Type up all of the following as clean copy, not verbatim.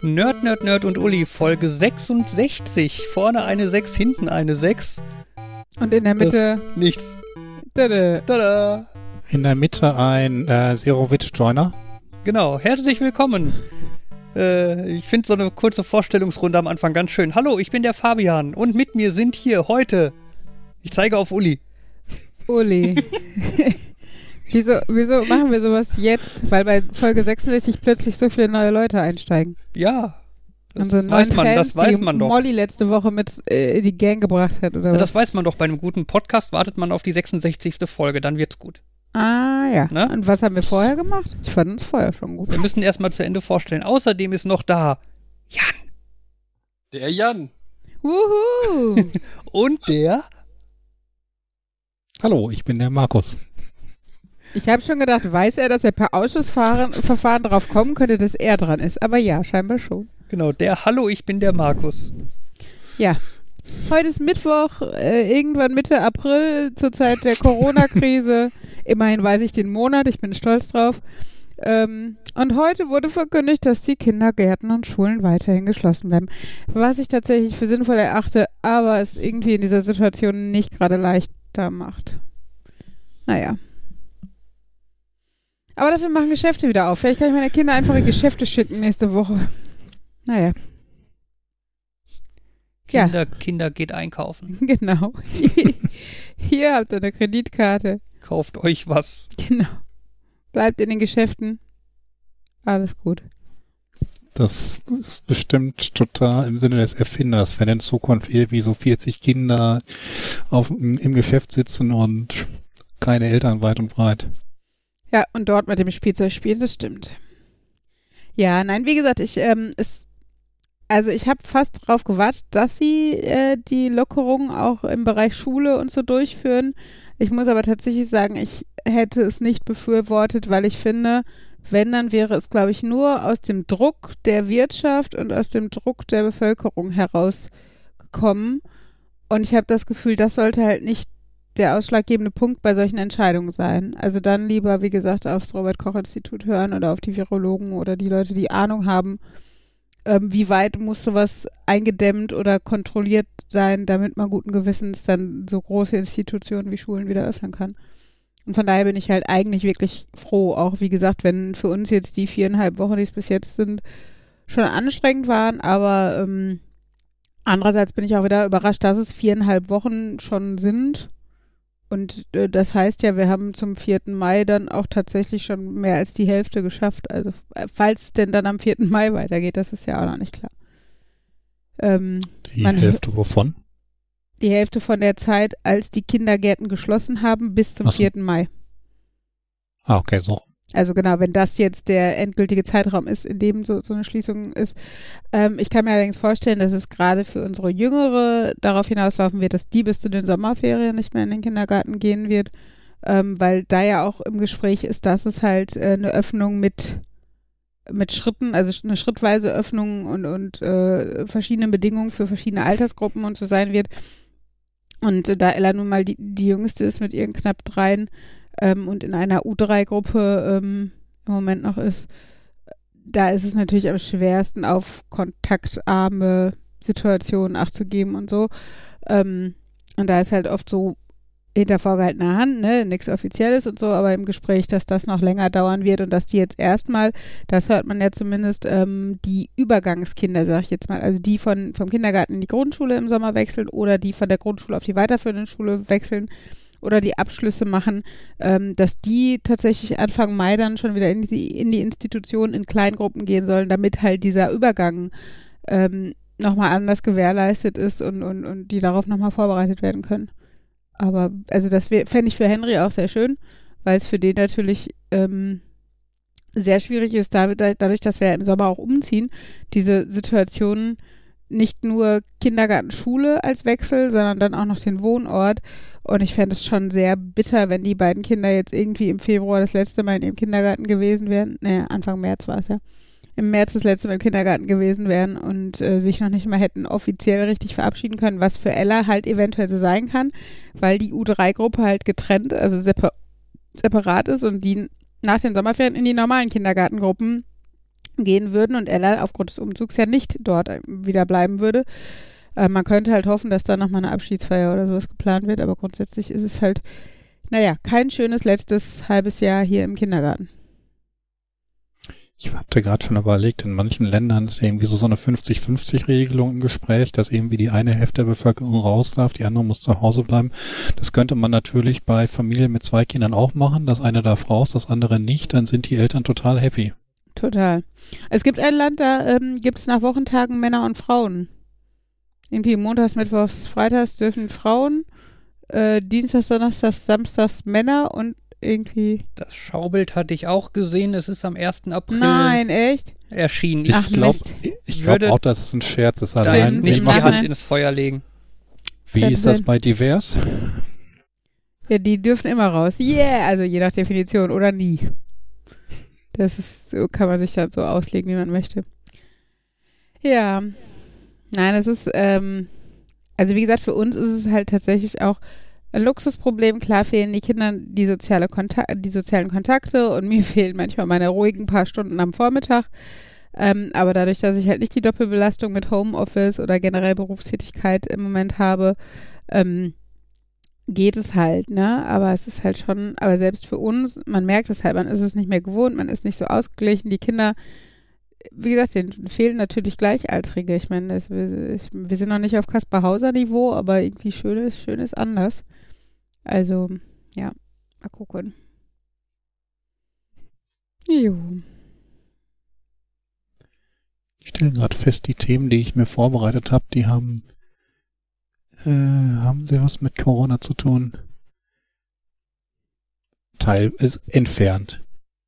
Nerd, Nerd, Nerd und Uli, Folge 66. Vorne eine 6, hinten eine 6. Und in der Mitte... nichts. Tada. Tada. In der Mitte ein Zero-Witch-Joiner. Genau, herzlich willkommen. Ich finde so eine kurze Vorstellungsrunde am Anfang ganz schön. Hallo, ich bin der Fabian und mit mir sind hier heute... Ich zeige auf Uli. Uli. Wieso machen wir sowas jetzt? Weil bei Folge 66 plötzlich so viele neue Leute einsteigen. Ja, das so weiß man, das weiß man doch. Molly letzte Woche mit in die Gang gebracht hat, oder was? Das weiß man doch. Bei einem guten Podcast wartet man auf die 66. Folge, dann wird's gut. Ah, ja. Ne? Und was haben wir vorher gemacht? Ich fand uns vorher schon gut. Wir müssen erstmal zu Ende vorstellen. Außerdem ist noch da Jan. Der Jan. Wuhu! Und der... Hallo, ich bin der Markus. Ich habe schon gedacht, weiß er, dass er per Ausschussverfahren drauf kommen könnte, dass er dran ist. Aber ja, scheinbar schon. Genau, der Hallo, ich bin der Markus. Ja. Heute ist Mittwoch, irgendwann Mitte April, zur Zeit der Corona-Krise. Immerhin weiß ich den Monat, ich bin stolz drauf. Und heute wurde verkündigt, dass die Kindergärten und Schulen weiterhin geschlossen bleiben. Was ich tatsächlich für sinnvoll erachte, aber es irgendwie in dieser Situation nicht gerade leichter macht. Naja. Aber dafür machen Geschäfte wieder auf. Vielleicht kann ich meine Kinder einfach in Geschäfte schicken nächste Woche. Naja. Kinder geht einkaufen. Genau. Hier habt ihr eine Kreditkarte. Kauft euch was. Genau. Bleibt in den Geschäften. Alles gut. Das ist bestimmt total im Sinne des Erfinders, wenn in Zukunft irgendwie so 40 Kinder im Geschäft sitzen und keine Eltern weit und breit. Ja, und dort mit dem Spielzeug spielen, das stimmt. Ja, nein, wie gesagt, ich habe fast drauf gewartet, dass sie die Lockerungen auch im Bereich Schule und so durchführen. Ich muss aber tatsächlich sagen, ich hätte es nicht befürwortet, weil ich finde, wenn, dann wäre es, glaube ich, nur aus dem Druck der Wirtschaft und aus dem Druck der Bevölkerung herausgekommen. Und ich habe das Gefühl, das sollte halt nicht der ausschlaggebende Punkt bei solchen Entscheidungen sein. Also dann lieber, wie gesagt, aufs Robert-Koch-Institut hören oder auf die Virologen oder die Leute, die Ahnung haben, wie weit muss sowas eingedämmt oder kontrolliert sein, damit man guten Gewissens dann so große Institutionen wie Schulen wieder öffnen kann. Und von daher bin ich halt eigentlich wirklich froh, auch wie gesagt, wenn für uns jetzt die 4,5 Wochen, die es bis jetzt sind, schon anstrengend waren, aber andererseits bin ich auch wieder überrascht, dass es 4,5 Wochen schon sind. Und das heißt ja, wir haben zum 4. Mai dann auch tatsächlich schon mehr als die Hälfte geschafft. Also falls es denn dann am 4. Mai weitergeht, das ist ja auch noch nicht klar. Die Hälfte wovon? Die Hälfte von der Zeit, als die Kindergärten geschlossen haben, bis zum 4. Mai. Ah, okay, so. Also genau, wenn das jetzt der endgültige Zeitraum ist, in dem so eine Schließung ist. Ich kann mir allerdings vorstellen, dass es gerade für unsere Jüngere darauf hinauslaufen wird, dass die bis zu den Sommerferien nicht mehr in den Kindergarten gehen wird, weil da ja auch im Gespräch ist, dass es halt eine Öffnung mit Schritten, also eine schrittweise Öffnung und verschiedene Bedingungen für verschiedene Altersgruppen und so sein wird. Und da Ella nun mal die Jüngste ist mit ihren knapp 3 und in einer U3-Gruppe im Moment noch ist, da ist es natürlich am schwersten, auf kontaktarme Situationen Acht zu geben und so. Und da ist halt oft so hinter vorgehaltener Hand, ne, nichts Offizielles und so, aber im Gespräch, dass das noch länger dauern wird und dass die jetzt erstmal, das hört man ja zumindest, die Übergangskinder, sag ich jetzt mal, also die vom Kindergarten in die Grundschule im Sommer wechseln oder die von der Grundschule auf die weiterführende Schule wechseln oder die Abschlüsse machen, dass die tatsächlich Anfang Mai dann schon wieder in die Institution in Kleingruppen gehen sollen, damit halt dieser Übergang nochmal anders gewährleistet ist und die darauf nochmal vorbereitet werden können. Aber also das fände ich für Henry auch sehr schön, weil es für den natürlich sehr schwierig ist, dadurch, dass wir im Sommer auch umziehen, diese Situationen nicht nur Kindergarten, Schule als Wechsel, sondern dann auch noch den Wohnort. Und ich fände es schon sehr bitter, wenn die beiden Kinder jetzt irgendwie im Februar das letzte Mal in ihrem Kindergarten gewesen wären. Naja, Anfang März war es ja. Im März das letzte Mal im Kindergarten gewesen wären und sich noch nicht mal hätten offiziell richtig verabschieden können, was für Ella halt eventuell so sein kann, weil die U3-Gruppe halt getrennt, also separat ist und die nach den Sommerferien in die normalen Kindergartengruppen gehen würden und Ella aufgrund des Umzugs ja nicht dort wieder bleiben würde. Man könnte halt hoffen, dass da nochmal eine Abschiedsfeier oder sowas geplant wird, aber grundsätzlich ist es halt, kein schönes letztes halbes Jahr hier im Kindergarten. Ich habe da gerade schon überlegt, in manchen Ländern ist irgendwie so eine 50-50-Regelung im Gespräch, dass irgendwie die eine Hälfte der Bevölkerung raus darf, die andere muss zu Hause bleiben. Das könnte man natürlich bei Familien mit 2 Kindern auch machen. Das eine darf raus, das andere nicht. Dann sind die Eltern total happy. Total. Es gibt ein Land, da gibt es nach Wochentagen Männer und Frauen. Irgendwie montags, mittwochs, freitags dürfen Frauen, dienstags, donnerstags, samstags Männer und irgendwie... Das Schaubild hatte ich auch gesehen. Es ist am 1. April Nein, echt? erschienen. Ich glaube auch, dass es ein Scherz ist. Da Allein, jetzt nicht die Hand ins Feuer legen. wie ist das bei divers? Ja, die dürfen immer raus. Yeah, also je nach Definition oder nie. Das ist, so kann man sich dann so auslegen, wie man möchte. Ja. Nein, es ist, also wie gesagt, für uns ist es halt tatsächlich auch ein Luxusproblem. Klar fehlen die Kindern die sozialen Kontakte und mir fehlen manchmal meine ruhigen paar Stunden am Vormittag. Aber dadurch, dass ich halt nicht die Doppelbelastung mit Homeoffice oder generell Berufstätigkeit im Moment habe, geht es halt, ne? Aber es ist halt schon, aber selbst für uns, man merkt es halt, man ist es nicht mehr gewohnt, man ist nicht so ausgeglichen. Die Kinder, wie gesagt, denen fehlen natürlich Gleichaltrige. Ich meine, wir sind noch nicht auf Kaspar-Hauser-Niveau, aber irgendwie schön ist anders. Also, ja, mal gucken. Jo. Ich stelle gerade fest, die Themen, die ich mir vorbereitet habe, die haben sie was mit Corona zu tun? Teil ist entfernt.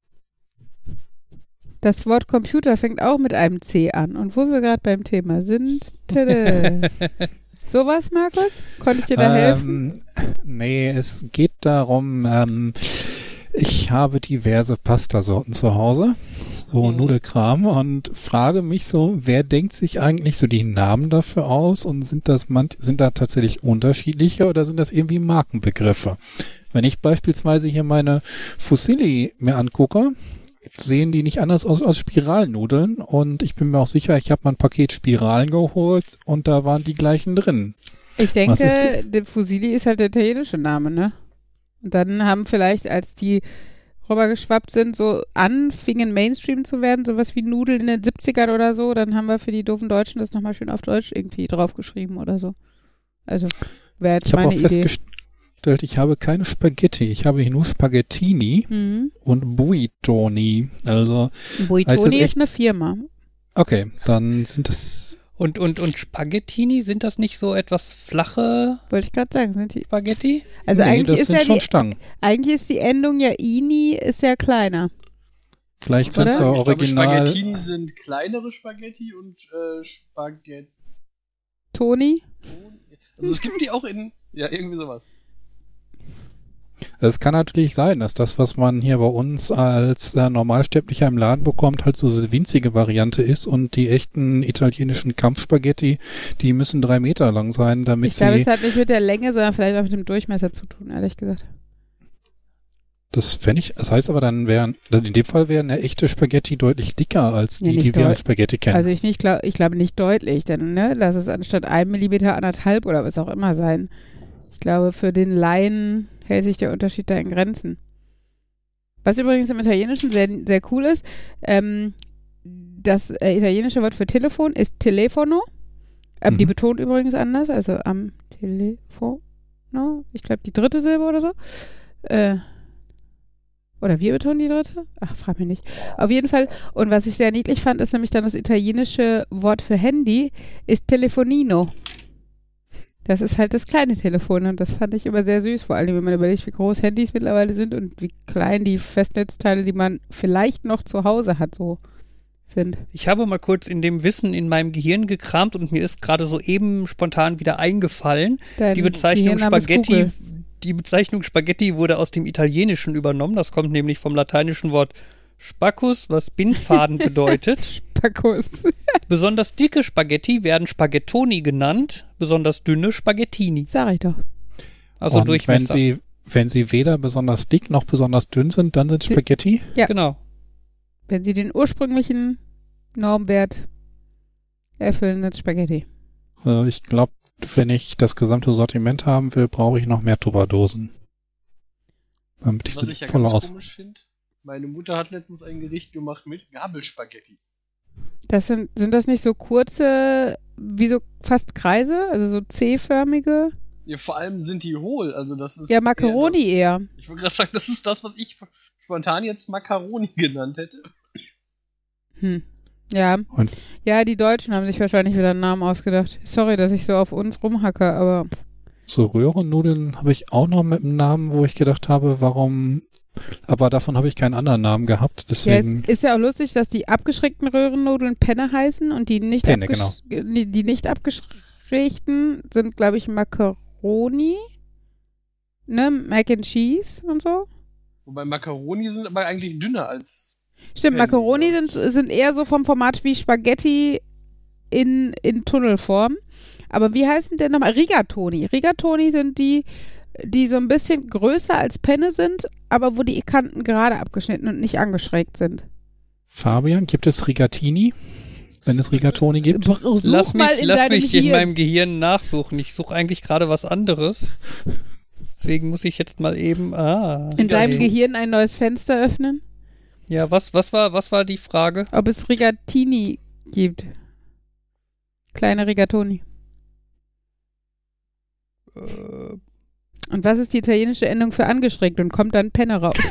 Das Wort Computer fängt auch mit einem C an. Und wo wir gerade beim Thema sind, sowas, Markus? Konnte ich dir da helfen? Nee, es geht darum, ich habe diverse Pastasorten zu Hause, so Nudelkram, und frage mich so, wer denkt sich eigentlich so die Namen dafür aus und sind da tatsächlich unterschiedliche oder sind das irgendwie Markenbegriffe? Wenn ich beispielsweise hier meine Fusilli mir angucke, sehen die nicht anders aus Spiralnudeln und ich bin mir auch sicher, ich habe mal ein Paket Spiralen geholt und da waren die gleichen drin. Ich denke, der Fusilli ist halt der italienische Name, ne? Und dann haben vielleicht, als die rübergeschwappt sind, so anfingen Mainstream zu werden, sowas wie Nudeln in den 70ern oder so, dann haben wir für die doofen Deutschen das nochmal schön auf Deutsch irgendwie draufgeschrieben oder so. Also, wäre jetzt meine Idee. Ich habe auch festgestellt, ich habe keine Spaghetti, ich habe hier nur Spaghettini und Buitoni. Also Buitoni ist eine Firma. Okay, dann sind das... Und Spaghettini, sind das nicht so etwas flache? Wollte ich gerade sagen, sind die Spaghetti? Also nee, eigentlich das sind schon Stangen. Eigentlich ist die Endung ja Ini, ist ja kleiner. Vielleicht sind es ja original. Spaghettini sind kleinere Spaghetti und Spaghetti. Toni? Also es gibt die auch in, ja, irgendwie sowas. Es kann natürlich sein, dass das, was man hier bei uns als Normalsterblicher im Laden bekommt, halt so eine winzige Variante ist und die echten italienischen Kampfspaghetti, die müssen 3 Meter lang sein, damit ich glaube, es hat nicht mit der Länge, sondern vielleicht auch mit dem Durchmesser zu tun, ehrlich gesagt. Das heißt aber dann in dem Fall wären echte Spaghetti deutlich dicker als die wir als Spaghetti kennen. Also ich glaube nicht deutlich, denn lass es anstatt 1 Millimeter 1,5 oder was auch immer sein. Ich glaube, für den Laien hält sich der Unterschied da in Grenzen. Was übrigens im Italienischen sehr, sehr cool ist, das italienische Wort für Telefon ist Telefono. Die betont übrigens anders, also am Telefono. Ich glaube, die 3. Silbe oder so. Oder wir betonen die 3.? Ach, frag mich nicht. Auf jeden Fall. Und was ich sehr niedlich fand, ist nämlich dann das italienische Wort für Handy, ist Telefonino. Das ist halt das kleine Telefon und das fand ich immer sehr süß, vor allem wenn man überlegt, wie groß Handys mittlerweile sind und wie klein die Festnetzteile, die man vielleicht noch zu Hause hat, so sind. Ich habe mal kurz in dem Wissen in meinem Gehirn gekramt und mir ist gerade soeben spontan wieder eingefallen, die Bezeichnung Spaghetti wurde aus dem Italienischen übernommen, das kommt nämlich vom lateinischen Wort Spaccus, was Bindfaden bedeutet. Spaccus. Besonders dicke Spaghetti werden Spaghettoni genannt, besonders dünne Spaghettini. Sag ich doch. Also und Durchmesser. Wenn sie weder besonders dick noch besonders dünn sind, dann sind Spaghetti? Ja. Genau. Wenn sie den ursprünglichen Normwert erfüllendes Spaghetti. Ich glaube, wenn ich das gesamte Sortiment haben will, brauche ich noch mehr Tupperdosen. Damit ich Was sie ich ja voll ganz aus. komisch finde, meine Mutter hat letztens ein Gericht gemacht mit Gabelspaghetti. Sind das nicht so kurze, wie so fast Kreise, also so C-förmige? Ja, vor allem sind die hohl, also das ist... Ja, Macaroni eher. Ich wollte gerade sagen, das ist das, was ich spontan jetzt Macaroni genannt hätte. Ja. Und Ja, die Deutschen haben sich wahrscheinlich wieder einen Namen ausgedacht. Sorry, dass ich so auf uns rumhacke, aber so Röhrennudeln habe ich auch noch mit einem Namen, wo ich gedacht habe, warum... Aber davon habe ich keinen anderen Namen gehabt, ja, deswegen... es ist ja auch lustig, dass die abgeschrägten Röhrennudeln Penne heißen und die nicht, Penne, genau. die nicht abgeschrägten sind, glaube ich, Macaroni, ne, Mac and Cheese und so. Wobei Macaroni sind aber eigentlich dünner als... Stimmt, Penne, Macaroni glaub ich. sind eher so vom Format wie Spaghetti in Tunnelform. Aber wie heißen denn nochmal? Rigatoni. Rigatoni sind die so ein bisschen größer als Penne sind, aber wo die Kanten gerade abgeschnitten und nicht angeschrägt sind. Fabian, gibt es Rigatini? Wenn es Rigatoni gibt? Such Lass mal mich in Hirn. meinem Gehirn nachsuchen. Ich suche eigentlich gerade was anderes. Deswegen muss ich jetzt mal eben... In deinem okay. Gehirn ein neues Fenster öffnen, Ja, was war die Frage? ob es Rigatini gibt. Kleine Rigatoni. Und was ist die italienische Endung für angeschrägt und kommt dann Penne raus?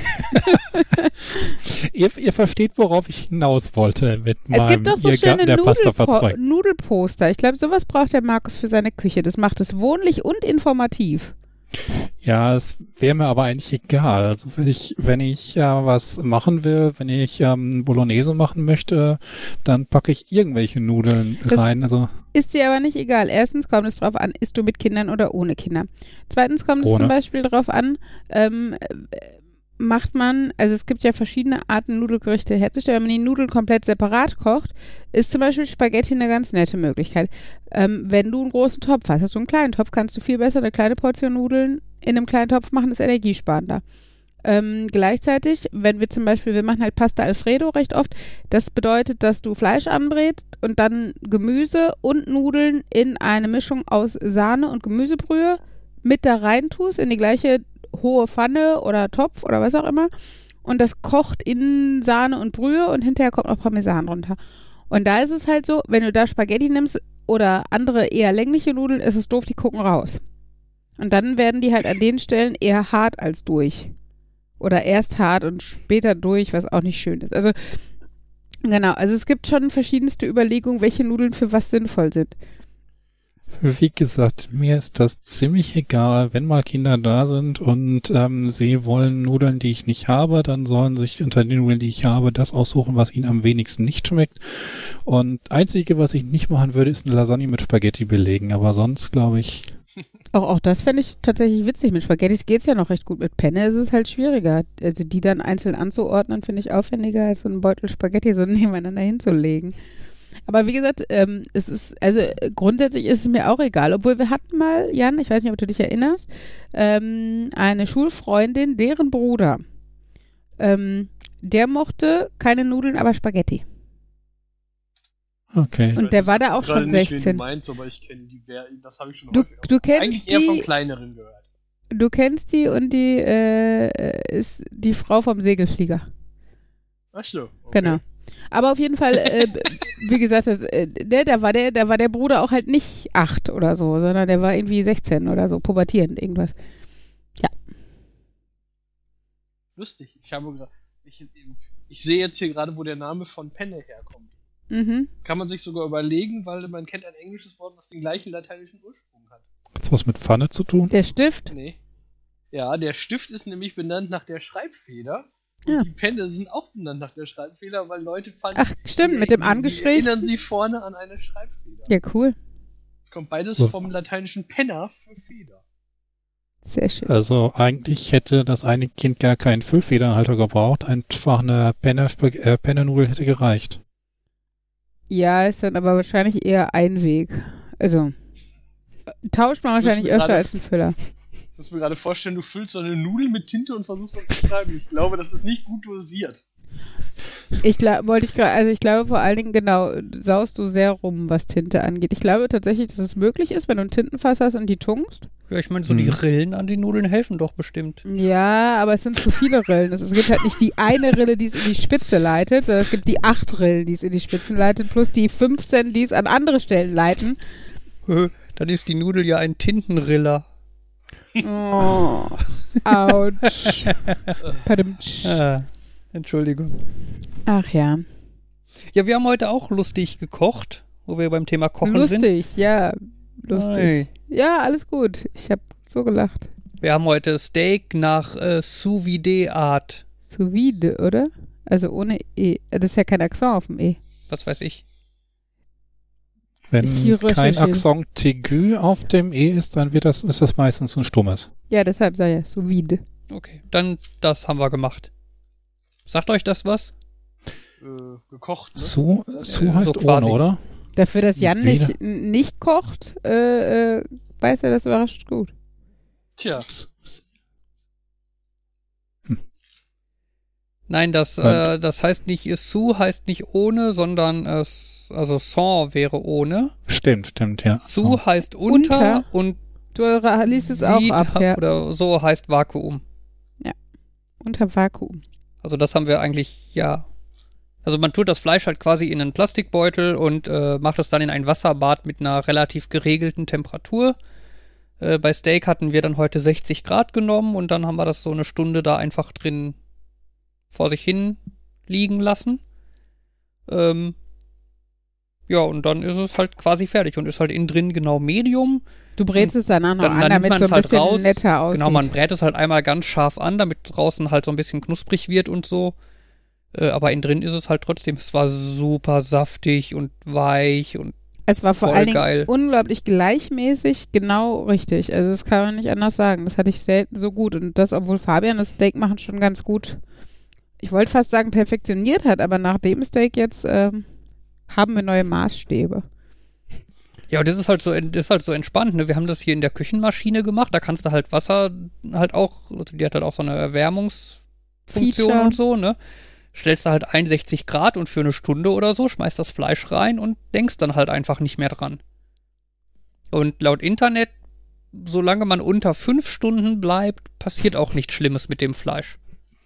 Ihr versteht, worauf ich hinaus wollte mit Es meinem gibt doch so schöne der Pasta verzweigt. Nudelposter. Ich glaube, sowas braucht der Markus für seine Küche. Das macht es wohnlich und informativ. Ja, es wäre mir aber eigentlich egal. Also wenn ich was machen will, wenn ich Bolognese machen möchte, dann packe ich irgendwelche Nudeln rein. Also Ist dir aber nicht egal. Erstens kommt es drauf an, isst du mit Kindern oder ohne Kinder. Zweitens kommt es Ohne. zum Beispiel drauf an, macht man, also es gibt ja verschiedene Arten, Nudelgerichte herzustellen. Wenn man die Nudeln komplett separat kocht, ist zum Beispiel Spaghetti eine ganz nette Möglichkeit. Wenn du einen großen Topf hast du einen kleinen Topf, kannst du viel besser eine kleine Portion Nudeln in einem kleinen Topf machen, ist energiesparender. Gleichzeitig, wenn wir machen halt Pasta Alfredo recht oft, das bedeutet, dass du Fleisch anbrätst und dann Gemüse und Nudeln in eine Mischung aus Sahne und Gemüsebrühe mit da rein tust, in die gleiche hohe Pfanne oder Topf oder was auch immer, und das kocht in Sahne und Brühe und hinterher kommt noch Parmesan runter. Und da ist es halt so, wenn du da Spaghetti nimmst oder andere eher längliche Nudeln, ist es doof, die gucken raus. Und dann werden die halt an den Stellen eher hart als durch. Oder erst hart und später durch, was auch nicht schön ist. Also, genau, also es gibt schon verschiedenste Überlegungen, welche Nudeln für was sinnvoll sind. wie gesagt, mir ist das ziemlich egal. Wenn mal Kinder da sind und sie wollen Nudeln, die ich nicht habe, dann sollen sich unter den Nudeln, die ich habe, das aussuchen, was ihnen am wenigsten nicht schmeckt. Und einzige, was ich nicht machen würde, ist eine Lasagne mit Spaghetti belegen. Aber sonst, glaube ich... Auch das fände ich tatsächlich witzig. Mit Spaghettis geht es ja noch recht gut. Mit Penne ist es halt schwieriger. Also die dann einzeln anzuordnen, finde ich aufwendiger, als so einen Beutel Spaghetti so nebeneinander hinzulegen. Aber wie gesagt, grundsätzlich ist es mir auch egal. Obwohl wir hatten mal, Jan, ich weiß nicht, ob du dich erinnerst, eine Schulfreundin, deren Bruder, der mochte keine Nudeln, aber Spaghetti. Okay. Und der war da auch gerade schon nicht, wen 16. du meinst, aber ich kenne die, das habe ich schon Du häufig kennst eigentlich eher von die- kleineren gehört. Du kennst die und die ist die Frau vom Segelflieger. Ach so, okay. Genau. Aber auf jeden Fall, wie gesagt, da war der Bruder auch halt nicht 8 oder so, sondern der war irgendwie 16 oder so, pubertierend, irgendwas. Lustig. Ich sehe jetzt hier gerade, wo der Name von Penne herkommt. Mhm. Kann man sich sogar überlegen, weil man kennt ein englisches Wort, was den gleichen lateinischen Ursprung hat. Hat's was mit Pfanne zu tun? Der Stift. Nee. Ja, der Stift ist nämlich benannt nach der Schreibfeder. Und Ja. die Penne sind auch benannt nach der Schreibfeder, weil Leute fanden... Ach, stimmt, mit dem die Angeschrieben. erinnern sie vorne an eine Schreibfeder. Ja, cool. Es kommt beides So. vom lateinischen penna für Feder. Sehr schön. Also eigentlich hätte das eine Kind gar keinen Füllfederhalter gebraucht. Einfach eine Penne-Nudel hätte gereicht. Ja, ist dann aber wahrscheinlich eher ein Weg. Also, tauscht man Ich muss wahrscheinlich mir öfter gerade- als ein Füller. Ich muss mir gerade vorstellen, du füllst so eine Nudel mit Tinte und versuchst das zu schreiben. Ich glaube, das ist nicht gut dosiert. Ich glaube vor allen Dingen, genau, saust du sehr rum, was Tinte angeht. Ich glaube tatsächlich, dass es möglich ist, wenn du ein Tintenfass hast und die tunkst. Ja, ich meine, so die Rillen an den Nudeln helfen doch bestimmt. Ja, aber es sind zu viele Rillen. Es gibt halt nicht die eine Rille, die es in die Spitze leitet, sondern es gibt die 8 Rillen, die es in die Spitzen leitet, plus die 15, die es an andere Stellen leiten. Dann ist die Nudel ja ein Tintenriller. Oh, ouch. Padumtsch. Entschuldigung. Ach ja. Ja, wir haben heute auch lustig gekocht, wo wir beim Thema Kochen sind. Lustig, ja. Lustig. Hey. Ja, alles gut. Ich habe so gelacht. Wir haben heute Steak nach Sous Vide Art. Sous vide, oder? Also ohne E. Das ist ja kein Akzent auf dem E. Was weiß ich. Wenn Hier kein recherchieren. Accent aigu auf dem E ist, dann ist das meistens ein stummes. Ja, deshalb sei ja Sous vide. Okay, dann das haben wir gemacht. Sagt euch das was? Gekocht, ne? Su heißt so quasi. ohne, oder? Dafür, dass Jan Vide. nicht kocht, weiß er das überrascht gut. Tja, Nein, das heißt nicht Sous, heißt nicht ohne, sondern also sans wäre ohne. Stimmt, ja. Sous heißt unter und Du liest es auch Vide ab, ja. oder so heißt Vakuum. Unter Vakuum. Also das haben wir eigentlich, ja. Also man tut das Fleisch halt quasi in einen Plastikbeutel und macht es dann in ein Wasserbad mit einer relativ geregelten Temperatur. Bei Steak hatten wir dann heute 60 Grad genommen und dann haben wir das so eine Stunde da einfach drin vor sich hin liegen lassen. Ja, und dann ist es halt quasi fertig und ist halt innen drin genau Medium. Du brätst es danach noch Dann an, damit nimmt es so man ein bisschen raus. netter aussieht. Genau, man brät es halt einmal ganz scharf an, damit draußen halt so ein bisschen knusprig wird und so. Aber innen drin ist es halt trotzdem, es war super saftig und weich und Es war vor voll allen Dingen geil. unglaublich gleichmäßig, genau richtig. Also das kann man nicht anders sagen. Das hatte ich selten so gut. Und das, obwohl Fabian das Steak machen schon ganz gut, ich wollte fast sagen, perfektioniert hat, aber nach dem Steak jetzt haben wir neue Maßstäbe. Ja, und das ist halt so entspannt, ne? Wir haben das hier in der Küchenmaschine gemacht, da kannst du halt Wasser halt auch, also die hat halt auch so eine Erwärmungsfunktion Feature. und so, ne? Stellst du halt 61 Grad und für eine Stunde oder so schmeißt das Fleisch rein und denkst dann halt einfach nicht mehr dran. Und laut Internet, solange man unter 5 Stunden bleibt, passiert auch nichts Schlimmes mit dem Fleisch.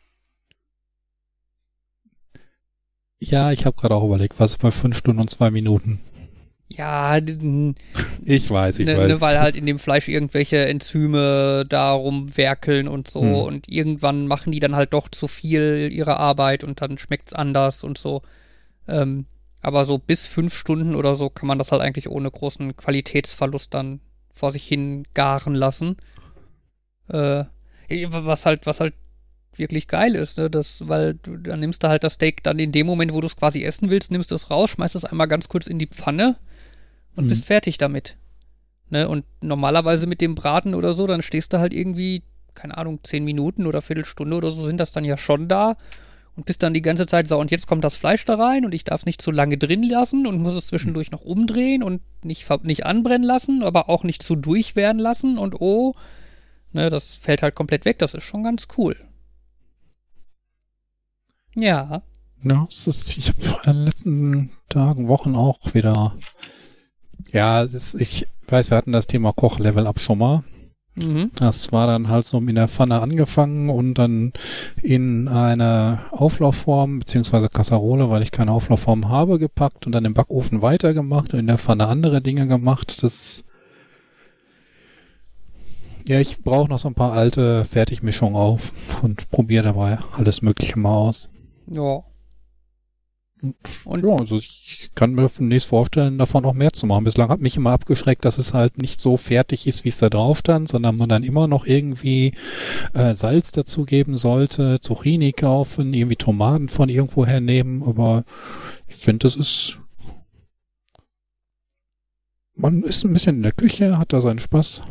Ja, ich habe gerade auch überlegt, was ist bei 5 Stunden und 2 Minuten? Ja, Ich weiß. weil halt in dem Fleisch irgendwelche Enzyme da rumwerkeln und so und irgendwann machen die dann halt doch zu viel ihre Arbeit und dann schmeckt's anders und so. Aber so bis 5 Stunden oder so kann man das halt eigentlich ohne großen Qualitätsverlust dann vor sich hin garen lassen. Was halt wirklich geil ist, ne? Weil dann nimmst du halt das Steak dann in dem Moment, wo du es quasi essen willst, nimmst du es raus, schmeißt es einmal ganz kurz in die Pfanne und bist fertig damit. Ne? Und normalerweise mit dem Braten oder so, dann stehst du halt irgendwie, keine Ahnung, 10 Minuten oder Viertelstunde oder so sind das dann ja schon da und bist dann die ganze Zeit so, und jetzt kommt das Fleisch da rein und ich darf es nicht zu lange drin lassen und muss es zwischendurch noch umdrehen und nicht anbrennen lassen, aber auch nicht zu durch werden lassen und ne, das fällt halt komplett weg, das ist schon ganz cool. Ja. Ja, ich habe in den letzten Tagen, Wochen auch wieder. Ja, ich weiß, wir hatten das Thema Koch-Level-Up schon mal. Mhm. Das war dann halt so in der Pfanne angefangen und dann in eine Auflaufform beziehungsweise Kasserole, weil ich keine Auflaufform habe, gepackt und dann im Backofen weitergemacht und in der Pfanne andere Dinge gemacht. Ja, ich brauche noch so ein paar alte Fertigmischungen auf und probiere dabei alles Mögliche mal aus. Ja. Und Ja, also ich kann mir demnächst vorstellen, davon noch mehr zu machen. Bislang hat mich immer abgeschreckt, dass es halt nicht so fertig ist, wie es da drauf stand, sondern man dann immer noch irgendwie Salz dazugeben sollte, Zucchini kaufen, irgendwie Tomaten von irgendwo hernehmen. Aber ich finde, man ist ein bisschen in der Küche, hat da seinen Spaß.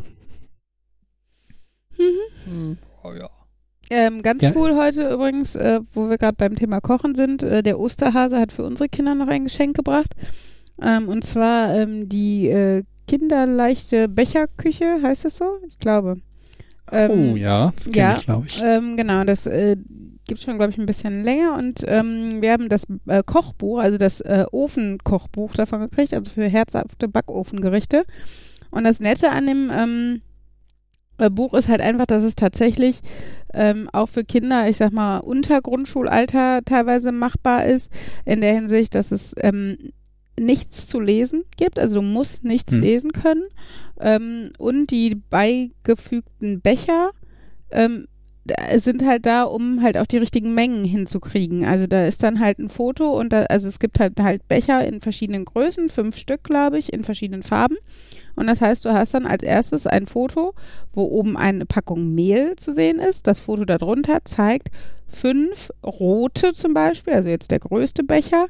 oh ja. Ganz cool heute übrigens, wo wir gerade beim Thema Kochen sind. Der Osterhase hat für unsere Kinder noch ein Geschenk gebracht. Und zwar die kinderleichte Becherküche, heißt das so? Ich glaube. Oh ja, das kenne ich, glaube ich. Genau, gibt schon, glaube ich, ein bisschen länger und wir haben das Kochbuch, also das Ofenkochbuch davon gekriegt, also für herzhafte Backofengerichte. Und das Nette an dem Buch ist halt einfach, dass es tatsächlich auch für Kinder, ich sag mal, unter Grundschulalter teilweise machbar ist, in der Hinsicht, dass es nichts zu lesen gibt, also du musst nichts lesen können und die beigefügten Becher sind halt da, um halt auch die richtigen Mengen hinzukriegen. Also da ist dann halt ein Foto und also es gibt halt Becher in verschiedenen Größen, 5 Stück, glaube ich, in verschiedenen Farben. Und das heißt, du hast dann als erstes ein Foto, wo oben eine Packung Mehl zu sehen ist. Das Foto darunter zeigt 5 rote zum Beispiel, also jetzt der größte Becher,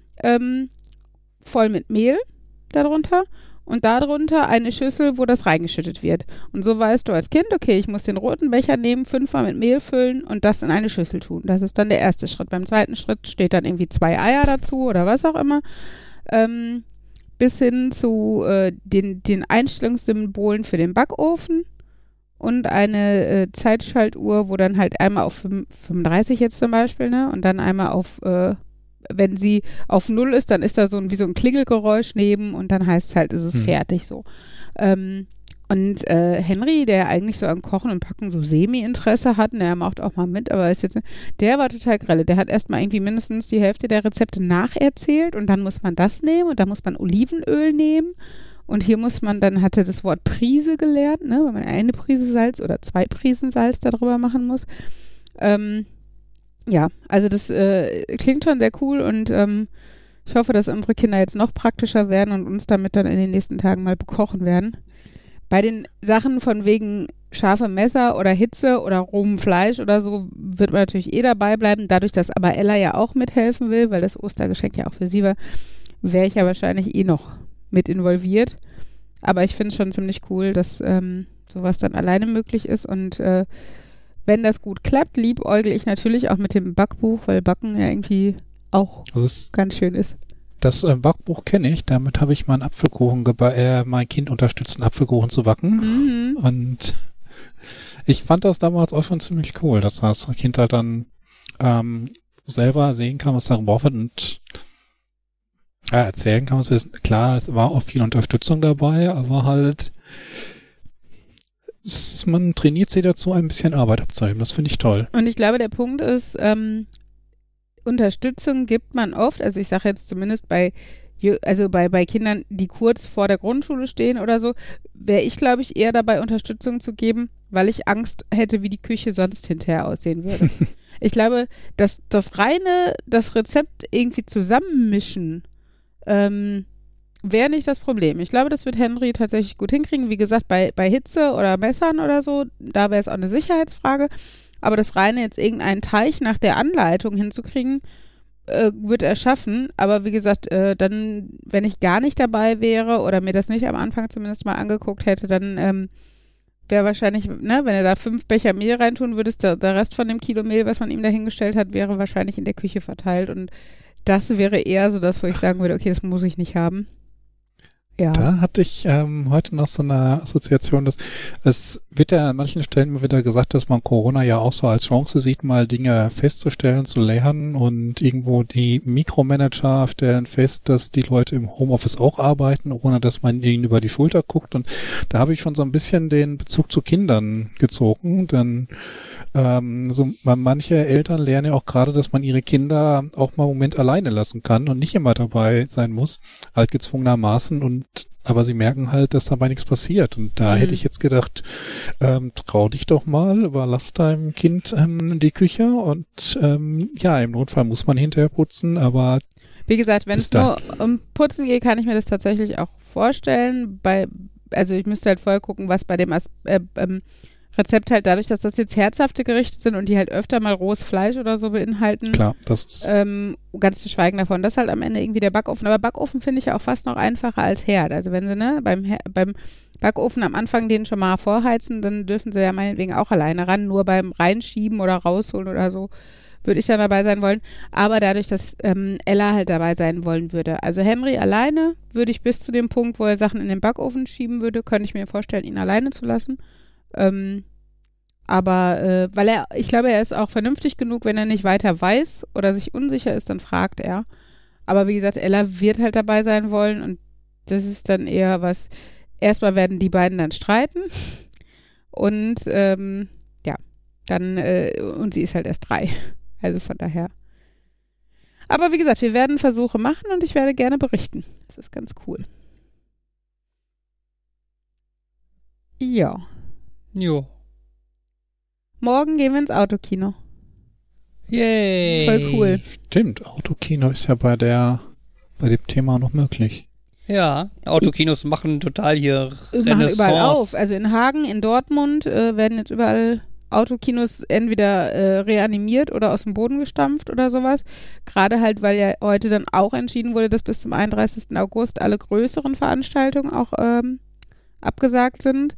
voll mit Mehl darunter. Und darunter eine Schüssel, wo das reingeschüttet wird. Und so weißt du als Kind, okay, ich muss den roten Becher nehmen, 5-mal mit Mehl füllen und das in eine Schüssel tun. Das ist dann der erste Schritt. Beim zweiten Schritt steht dann irgendwie 2 Eier dazu oder was auch immer. Bis hin zu den Einstellungssymbolen für den Backofen und eine Zeitschaltuhr, wo dann halt einmal auf 35 jetzt zum Beispiel, ne? Und dann einmal auf wenn sie auf 0 ist, dann ist da wie so ein Klingelgeräusch neben und dann heißt es halt, ist es fertig so. Und Henry, der eigentlich so an Kochen und Packen so Semi-Interesse hat, der macht auch mal mit, aber ist jetzt, der war total grelle. Der hat erstmal irgendwie mindestens die Hälfte der Rezepte nacherzählt und dann muss man das nehmen und dann muss man Olivenöl nehmen und hier muss man, dann hat er das Wort Prise gelernt, ne, weil man eine Prise Salz oder 2 Prisen Salz darüber machen muss. Ja, also das klingt schon sehr cool und ich hoffe, dass unsere Kinder jetzt noch praktischer werden und uns damit dann in den nächsten Tagen mal bekochen werden. Bei den Sachen von wegen scharfe Messer oder Hitze oder rohem Fleisch oder so wird man natürlich dabei bleiben. Dadurch, dass aber Ella ja auch mithelfen will, weil das Ostergeschenk ja auch für sie war, wäre ich ja wahrscheinlich noch mit involviert. Aber ich finde es schon ziemlich cool, dass sowas dann alleine möglich ist und wenn das gut klappt, liebäugel ich natürlich auch mit dem Backbuch, weil Backen ja irgendwie auch ganz schön ist. Das Backbuch kenne ich, damit habe ich mal einen Apfelkuchen mein Kind unterstützt, einen Apfelkuchen zu backen. Und ich fand das damals auch schon ziemlich cool, dass das Kind halt dann selber sehen kann, was da gebraucht wird und erzählen kann, was es ist. Klar, es war auch viel Unterstützung dabei, also halt man trainiert sie dazu, ein bisschen Arbeit abzunehmen. Das finde ich toll. Und ich glaube, der Punkt ist, Unterstützung gibt man oft, also ich sage jetzt zumindest bei Kindern, die kurz vor der Grundschule stehen oder so, wäre ich, glaube ich, eher dabei, Unterstützung zu geben, weil ich Angst hätte, wie die Küche sonst hinterher aussehen würde. Ich glaube, dass das Rezept irgendwie zusammenmischen, wäre nicht das Problem. Ich glaube, das wird Henry tatsächlich gut hinkriegen. Wie gesagt, bei Hitze oder Messern oder so, da wäre es auch eine Sicherheitsfrage. Aber das reine jetzt irgendeinen Teig nach der Anleitung hinzukriegen, wird er schaffen. Aber wie gesagt, dann, wenn ich gar nicht dabei wäre oder mir das nicht am Anfang zumindest mal angeguckt hätte, dann wäre wahrscheinlich, ne, wenn er da 5 Becher Mehl reintun würde, der Rest von dem Kilo Mehl, was man ihm dahingestellt hat, wäre wahrscheinlich in der Küche verteilt. Und das wäre eher so das, wo ich sagen würde, okay, das muss ich nicht haben. Ja. Da hatte ich heute noch so eine Assoziation, dass es wird ja an manchen Stellen immer wieder gesagt, dass man Corona ja auch so als Chance sieht, mal Dinge festzustellen, zu lernen und irgendwo die Mikromanager stellen fest, dass die Leute im Homeoffice auch arbeiten, ohne dass man ihnen über die Schulter guckt und da habe ich schon so ein bisschen den Bezug zu Kindern gezogen, denn manche Eltern lernen ja auch gerade, dass man ihre Kinder auch mal einen Moment alleine lassen kann und nicht immer dabei sein muss, halt gezwungenermaßen aber sie merken halt, dass dabei nichts passiert. Und da hätte ich jetzt gedacht, trau dich doch mal, überlass deinem Kind die Küche und im Notfall muss man hinterher putzen, aber wie gesagt, wenn es nur um Putzen geht, kann ich mir das tatsächlich auch vorstellen. Also ich müsste halt vorher gucken, was bei dem Rezept halt dadurch, dass das jetzt herzhafte Gerichte sind und die halt öfter mal rohes Fleisch oder so beinhalten. Klar, das ist ganz zu schweigen davon. Das ist halt am Ende irgendwie der Backofen. Aber Backofen finde ich ja auch fast noch einfacher als Herd. Also wenn sie beim Backofen am Anfang den schon mal vorheizen, dann dürfen sie ja meinetwegen auch alleine ran. Nur beim Reinschieben oder rausholen oder so würde ich dann dabei sein wollen. Aber dadurch, dass Ella halt dabei sein wollen würde. Also Henry alleine würde ich bis zu dem Punkt, wo er Sachen in den Backofen schieben würde, könnte ich mir vorstellen, ihn alleine zu lassen. Aber ich glaube, er ist auch vernünftig genug, wenn er nicht weiter weiß oder sich unsicher ist, dann fragt er. Aber wie gesagt, Ella wird halt dabei sein wollen und das ist dann eher was, erstmal werden die beiden dann streiten und dann, und sie ist halt erst 3. Also von daher. Aber wie gesagt, wir werden Versuche machen und ich werde gerne berichten. Das ist ganz cool. Ja. Jo. Morgen gehen wir ins Autokino. Yay. Voll cool. Stimmt, Autokino ist ja bei dem Thema noch möglich. Ja, Autokinos machen total hier Machen Renaissance. überall auf. Also in Hagen, in Dortmund werden jetzt überall Autokinos entweder reanimiert oder aus dem Boden gestampft oder sowas. Gerade halt, weil ja heute dann auch entschieden wurde, dass bis zum 31. August alle größeren Veranstaltungen auch abgesagt sind.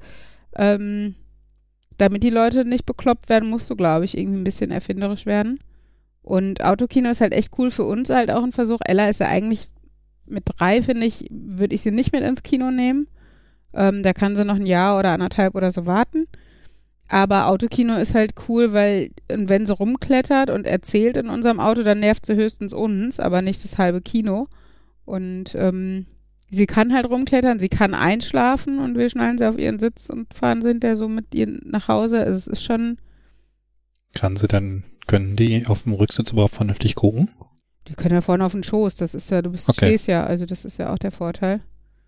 Damit die Leute nicht bekloppt werden, musst du, glaube ich, irgendwie ein bisschen erfinderisch werden. Und Autokino ist halt echt cool für uns, halt auch ein Versuch. Ella ist ja eigentlich mit 3, finde ich, würde ich sie nicht mit ins Kino nehmen. Da kann sie noch ein Jahr oder 1,5 oder so warten. Aber Autokino ist halt cool, weil wenn sie rumklettert und erzählt in unserem Auto, dann nervt sie höchstens uns, aber nicht das halbe Kino. Und sie kann halt rumklettern, sie kann einschlafen und wir schnallen sie auf ihren Sitz und fahren sie hinterher so mit ihr nach Hause. Also es ist schon... Können die auf dem Rücksitz überhaupt vernünftig gucken? Die können ja vorne auf den Schoß, das ist ja, stehst ja, also das ist ja auch der Vorteil.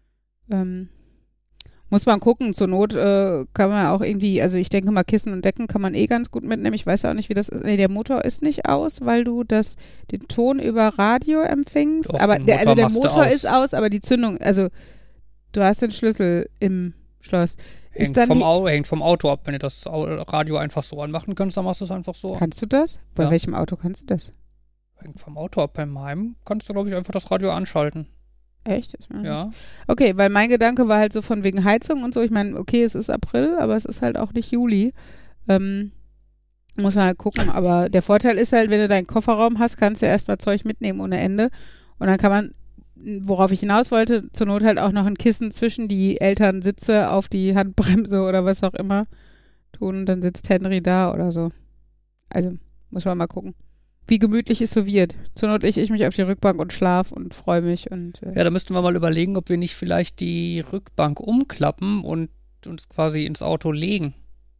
Muss man gucken, zur Not kann man auch irgendwie, also ich denke mal Kissen und Decken kann man ganz gut mitnehmen. Ich weiß ja auch nicht, wie das ist. Nee, der Motor ist nicht aus, weil du den Ton über Radio empfängst. Doch, aber der Motor aus. ist aus, aber die Zündung, also du hast den Schlüssel im Schloss. Hängt vom Auto ab. Wenn du das Radio einfach so anmachen kannst, dann machst du es einfach so. Kannst du das? Bei Ja. welchem Auto kannst du das? Hängt vom Auto ab. Beim Heim kannst du, glaube ich, einfach das Radio anschalten. Echt? Ist mir Ja. nicht. Okay, weil mein Gedanke war halt so von wegen Heizung und so. Ich meine, okay, es ist April, aber es ist halt auch nicht Juli. Muss man halt gucken. Aber der Vorteil ist halt, wenn du deinen Kofferraum hast, kannst du ja erstmal Zeug mitnehmen ohne Ende. Und dann kann man, worauf ich hinaus wollte, zur Not halt auch noch ein Kissen zwischen die Elternsitze auf die Handbremse oder was auch immer tun. Und dann sitzt Henry da oder so. Also, muss man mal gucken. Wie gemütlich es so wird. Zur Not ich mich auf die Rückbank und schlaf und freue mich. Und Ja, da müssten wir mal überlegen, ob wir nicht vielleicht die Rückbank umklappen und uns quasi ins Auto legen.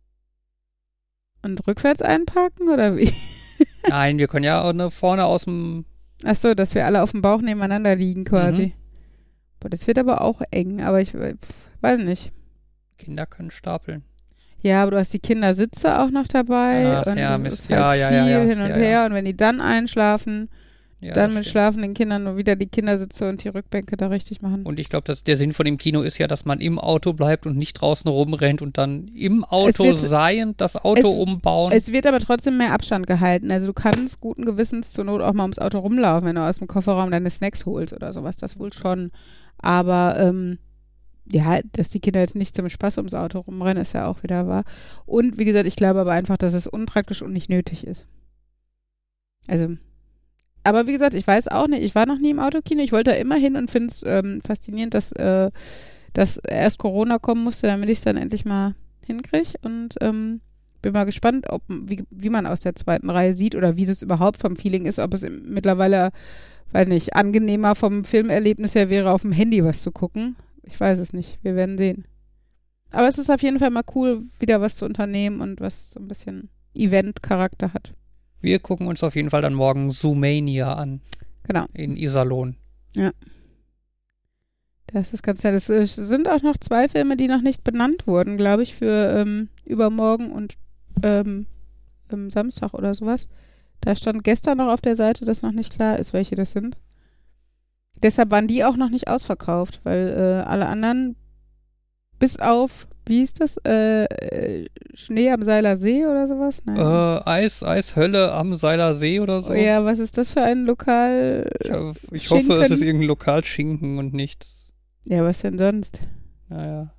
und rückwärts einparken oder wie? Nein, wir können ja auch vorne aus dem... Ach so, dass wir alle auf dem Bauch nebeneinander liegen quasi. Boah, das wird aber auch eng, aber ich weiß nicht. Kinder können stapeln. Ja, aber du hast die Kindersitze auch noch dabei Ach, und ja, das Mist. ist halt Ja, viel ja, hin und ja, her ja. und wenn die dann einschlafen, Ja, dann das mit stimmt. schlafenden Kindern nur wieder die Kindersitze und die Rückbänke da richtig machen. Und ich glaube, der Sinn von dem Kino ist ja, dass man im Auto bleibt und nicht draußen rumrennt und dann im Auto das Auto umbauen. Es wird aber trotzdem mehr Abstand gehalten. Also du kannst guten Gewissens zur Not auch mal ums Auto rumlaufen, wenn du aus dem Kofferraum deine Snacks holst oder sowas. Das wohl schon. Aber ja, dass die Kinder jetzt nicht zum Spaß ums Auto rumrennen, ist ja auch wieder wahr. Und wie gesagt, ich glaube aber einfach, dass es unpraktisch und nicht nötig ist. Also, aber wie gesagt, ich weiß auch nicht, ich war noch nie im Autokino, ich wollte da immer hin und finde es faszinierend, dass erst Corona kommen musste, damit ich es dann endlich mal hinkriege und bin mal gespannt, wie man aus der zweiten Reihe sieht oder wie das überhaupt vom Feeling ist, ob es mittlerweile, weiß nicht, angenehmer vom Filmerlebnis her wäre, auf dem Handy was zu gucken. Ich weiß es nicht. Wir werden sehen. Aber es ist auf jeden Fall mal cool, wieder was zu unternehmen und was so ein bisschen Event-Charakter hat. Wir gucken uns auf jeden Fall dann morgen Zoomania an. Genau. In Iserlohn. Das ist ganz nett. Es sind auch noch 2 Filme, die noch nicht benannt wurden, glaube ich, für übermorgen und Samstag oder sowas. Da stand gestern noch auf der Seite, dass noch nicht klar ist, welche das sind. Deshalb waren die auch noch nicht ausverkauft, weil alle anderen, bis auf, wie hieß das, Schnee am Seiler See oder sowas? Nein. Eishölle am Seiler See oder so. Oh ja, was ist das für ein Lokal? Ich hoffe, es ist irgendein Lokalschinken und nichts. Ja, was denn sonst? Naja.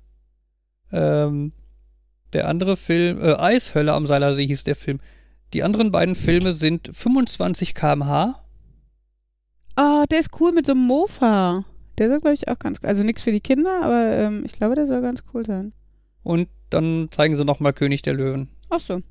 Der andere Film, Eishölle am Seiler See hieß der Film. Die anderen beiden Filme sind 25 km/h. Ah, der ist cool mit so einem Mofa. Der soll, glaube ich, auch ganz cool. Also nichts für die Kinder, aber ich glaube, der soll ganz cool sein. Und dann zeigen sie nochmal König der Löwen. Ach so.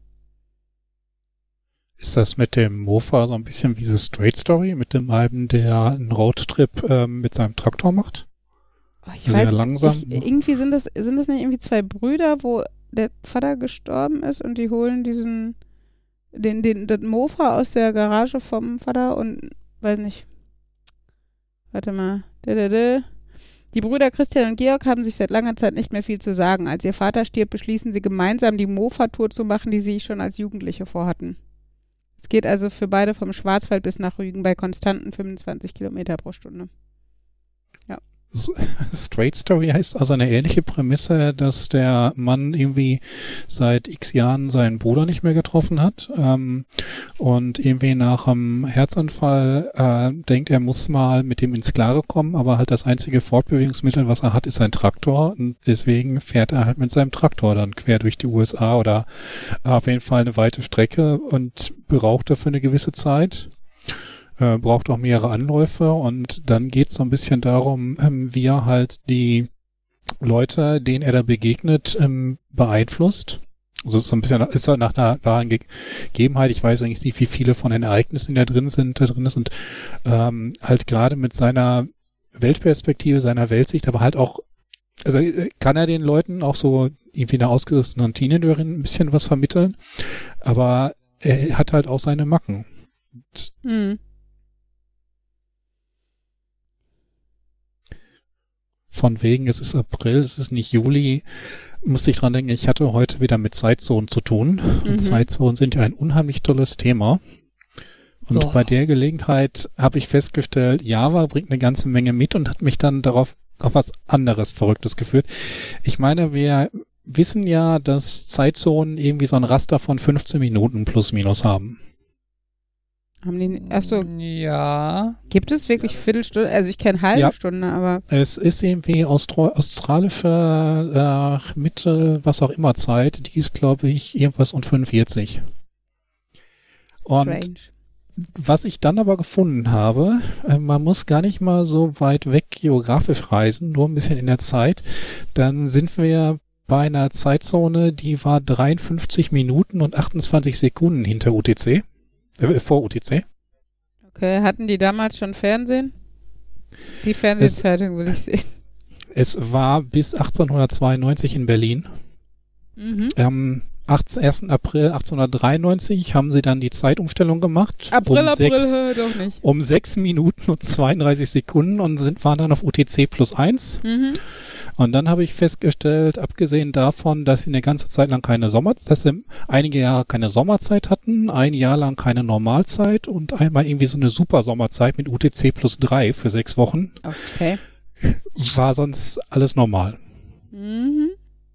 Ist das mit dem Mofa so ein bisschen wie The Straight Story, mit dem Alben, der einen Roadtrip mit seinem Traktor macht? Oh, ich Sehr weiß, langsam. irgendwie sind das nicht irgendwie zwei Brüder, wo der Vater gestorben ist und die holen das Mofa aus der Garage vom Vater und, weiß nicht. Warte mal. Die Brüder Christian und Georg haben sich seit langer Zeit nicht mehr viel zu sagen. Als ihr Vater stirbt, beschließen sie gemeinsam, die Mofa-Tour zu machen, die sie schon als Jugendliche vorhatten. Es geht also für beide vom Schwarzwald bis nach Rügen bei konstanten 25 Kilometer pro Stunde. Straight Story heißt also eine ähnliche Prämisse, dass der Mann irgendwie seit x Jahren seinen Bruder nicht mehr getroffen hat und irgendwie nach einem Herzanfall denkt, er muss mal mit dem ins Klare kommen, aber halt das einzige Fortbewegungsmittel, was er hat, ist ein Traktor und deswegen fährt er halt mit seinem Traktor dann quer durch die USA oder auf jeden Fall eine weite Strecke und braucht dafür eine gewisse Zeit. Braucht auch mehrere Anläufe und dann geht es so ein bisschen darum, wie er halt die Leute, denen er da begegnet, beeinflusst. Also es ist so ein bisschen, ist nach einer wahren Gegebenheit. Ich weiß eigentlich nicht, wie viele von den Ereignissen da drin ist und halt gerade mit seiner Weltperspektive, seiner Weltsicht, aber halt auch, also kann er den Leuten auch so irgendwie eine ausgerissene Teenagerin ein bisschen was vermitteln, aber er hat halt auch seine Macken. Von wegen, es ist April, es ist nicht Juli, musste ich dran denken, ich hatte heute wieder mit Zeitzonen zu tun. Und Zeitzonen sind ja ein unheimlich tolles Thema. Und bei der Gelegenheit habe ich festgestellt, Java bringt eine ganze Menge mit und hat mich dann darauf auf was anderes Verrücktes geführt. Ich meine, wir wissen ja, dass Zeitzonen irgendwie so ein Raster von 15 Minuten plus minus haben. Haben die, achso, Ja. gibt es wirklich Viertelstunde? Also ich kenne halbe Stunde, aber... Es ist irgendwie australische Mitte, was auch immer Zeit. Die ist, glaube ich, irgendwas um 45. Und Strange. was ich dann aber gefunden habe, man muss gar nicht mal so weit weg geografisch reisen, nur ein bisschen in der Zeit. Dann sind wir bei einer Zeitzone, die war 53 Minuten und 28 Sekunden hinter UTC. Vor UTC. Okay, hatten die damals schon Fernsehen? Die Fernsehzeitung will ich sehen. Es war bis 1892 in Berlin. Am 1. April 1893 haben sie dann die Zeitumstellung gemacht. April, doch nicht. Um 6 Minuten und 32 Sekunden und waren dann auf UTC +1. Und dann habe ich festgestellt, abgesehen davon, dass sie eine ganze Zeit lang dass sie einige Jahre keine Sommerzeit hatten, ein Jahr lang keine Normalzeit und einmal irgendwie so eine super Sommerzeit mit UTC +3 für 6 Wochen. Okay. War sonst alles normal. Okay.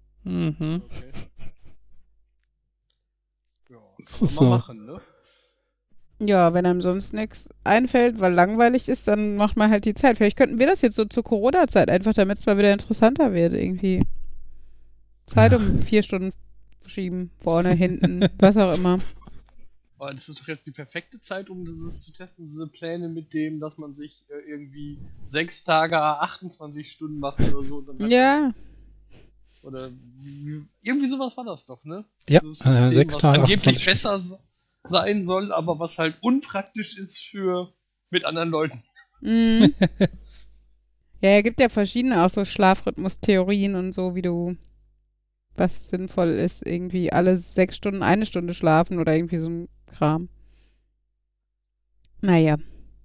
Ja, Das kann ist man so. machen, ne? Ja, wenn einem sonst nichts einfällt, weil langweilig ist, dann macht man halt die Zeit. Vielleicht könnten wir das jetzt so zur Corona-Zeit einfach, damit es mal wieder interessanter wird, irgendwie. Zeit um 4 Stunden verschieben, vorne, hinten, was auch immer. Aber das ist doch jetzt die perfekte Zeit, um dieses zu testen, diese Pläne mit dem, dass man sich irgendwie 6 Tage 28 Stunden macht oder so. Und dann Ja. Oder irgendwie sowas war das doch, ne? Ja, Dieses System, 6 was Tage, angeblich 28 besser sein soll, aber was halt unpraktisch ist für mit anderen Leuten. Mhm. Ja, gibt ja verschiedene auch so Schlafrhythmus-Theorien und so, wie du, was sinnvoll ist, irgendwie alle 6 Stunden 1 Stunde schlafen oder irgendwie so ein Kram. Naja.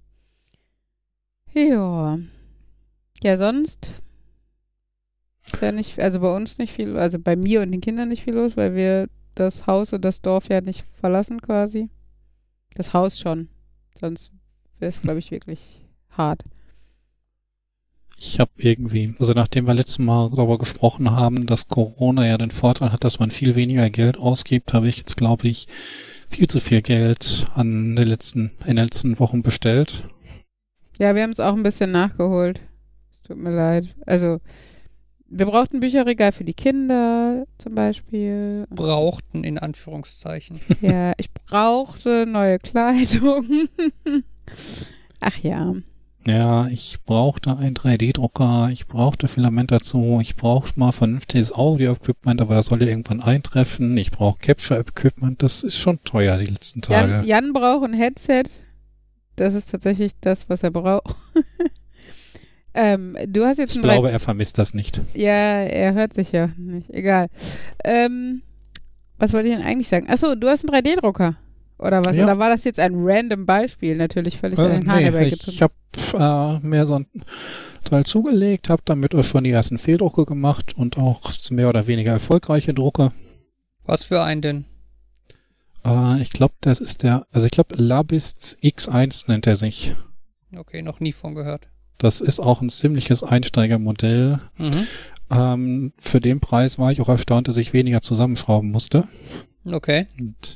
Ja. Ja, sonst ist ja nicht, also bei uns nicht viel, also bei mir und den Kindern nicht viel los, weil wir das Haus und das Dorf ja nicht verlassen quasi. Das Haus schon. Sonst wäre es, glaube ich, wirklich hart. Ich habe irgendwie, also nachdem wir letztes Mal darüber gesprochen haben, dass Corona ja den Vorteil hat, dass man viel weniger Geld ausgibt, habe ich jetzt, glaube ich, viel zu viel Geld in den letzten Wochen bestellt. Ja, wir haben es auch ein bisschen nachgeholt. Es tut mir leid. Also, wir brauchten ein Bücherregal für die Kinder zum Beispiel. Brauchten in Anführungszeichen. Ja, ich brauchte neue Kleidung. Ach ja. Ja, ich brauchte einen 3D-Drucker, ich brauchte Filament dazu, ich brauchte mal vernünftiges Audio-Equipment, aber das soll ja irgendwann eintreffen. Ich brauche Capture-Equipment, das ist schon teuer die letzten Tage. Jan braucht ein Headset. Das ist tatsächlich das, was er braucht. Du hast jetzt Ich glaube, er vermisst das nicht. Ja, er hört sich ja nicht. Egal. Was wollte ich denn eigentlich sagen? Achso, du hast einen 3D-Drucker. Oder was? Ja. Oder war das jetzt ein random Beispiel? Natürlich völlig an den Haaren herbeigezogen. Ich habe mir so ein Teil zugelegt, habe damit auch schon die ersten Fehldrucke gemacht und auch mehr oder weniger erfolgreiche Drucke. Was für einen denn? Ich glaube, das ist Labist X1 nennt er sich. Okay, noch nie von gehört. Das ist auch ein ziemliches Einsteigermodell. Für den Preis war ich auch erstaunt, dass ich weniger zusammenschrauben musste. Okay. Und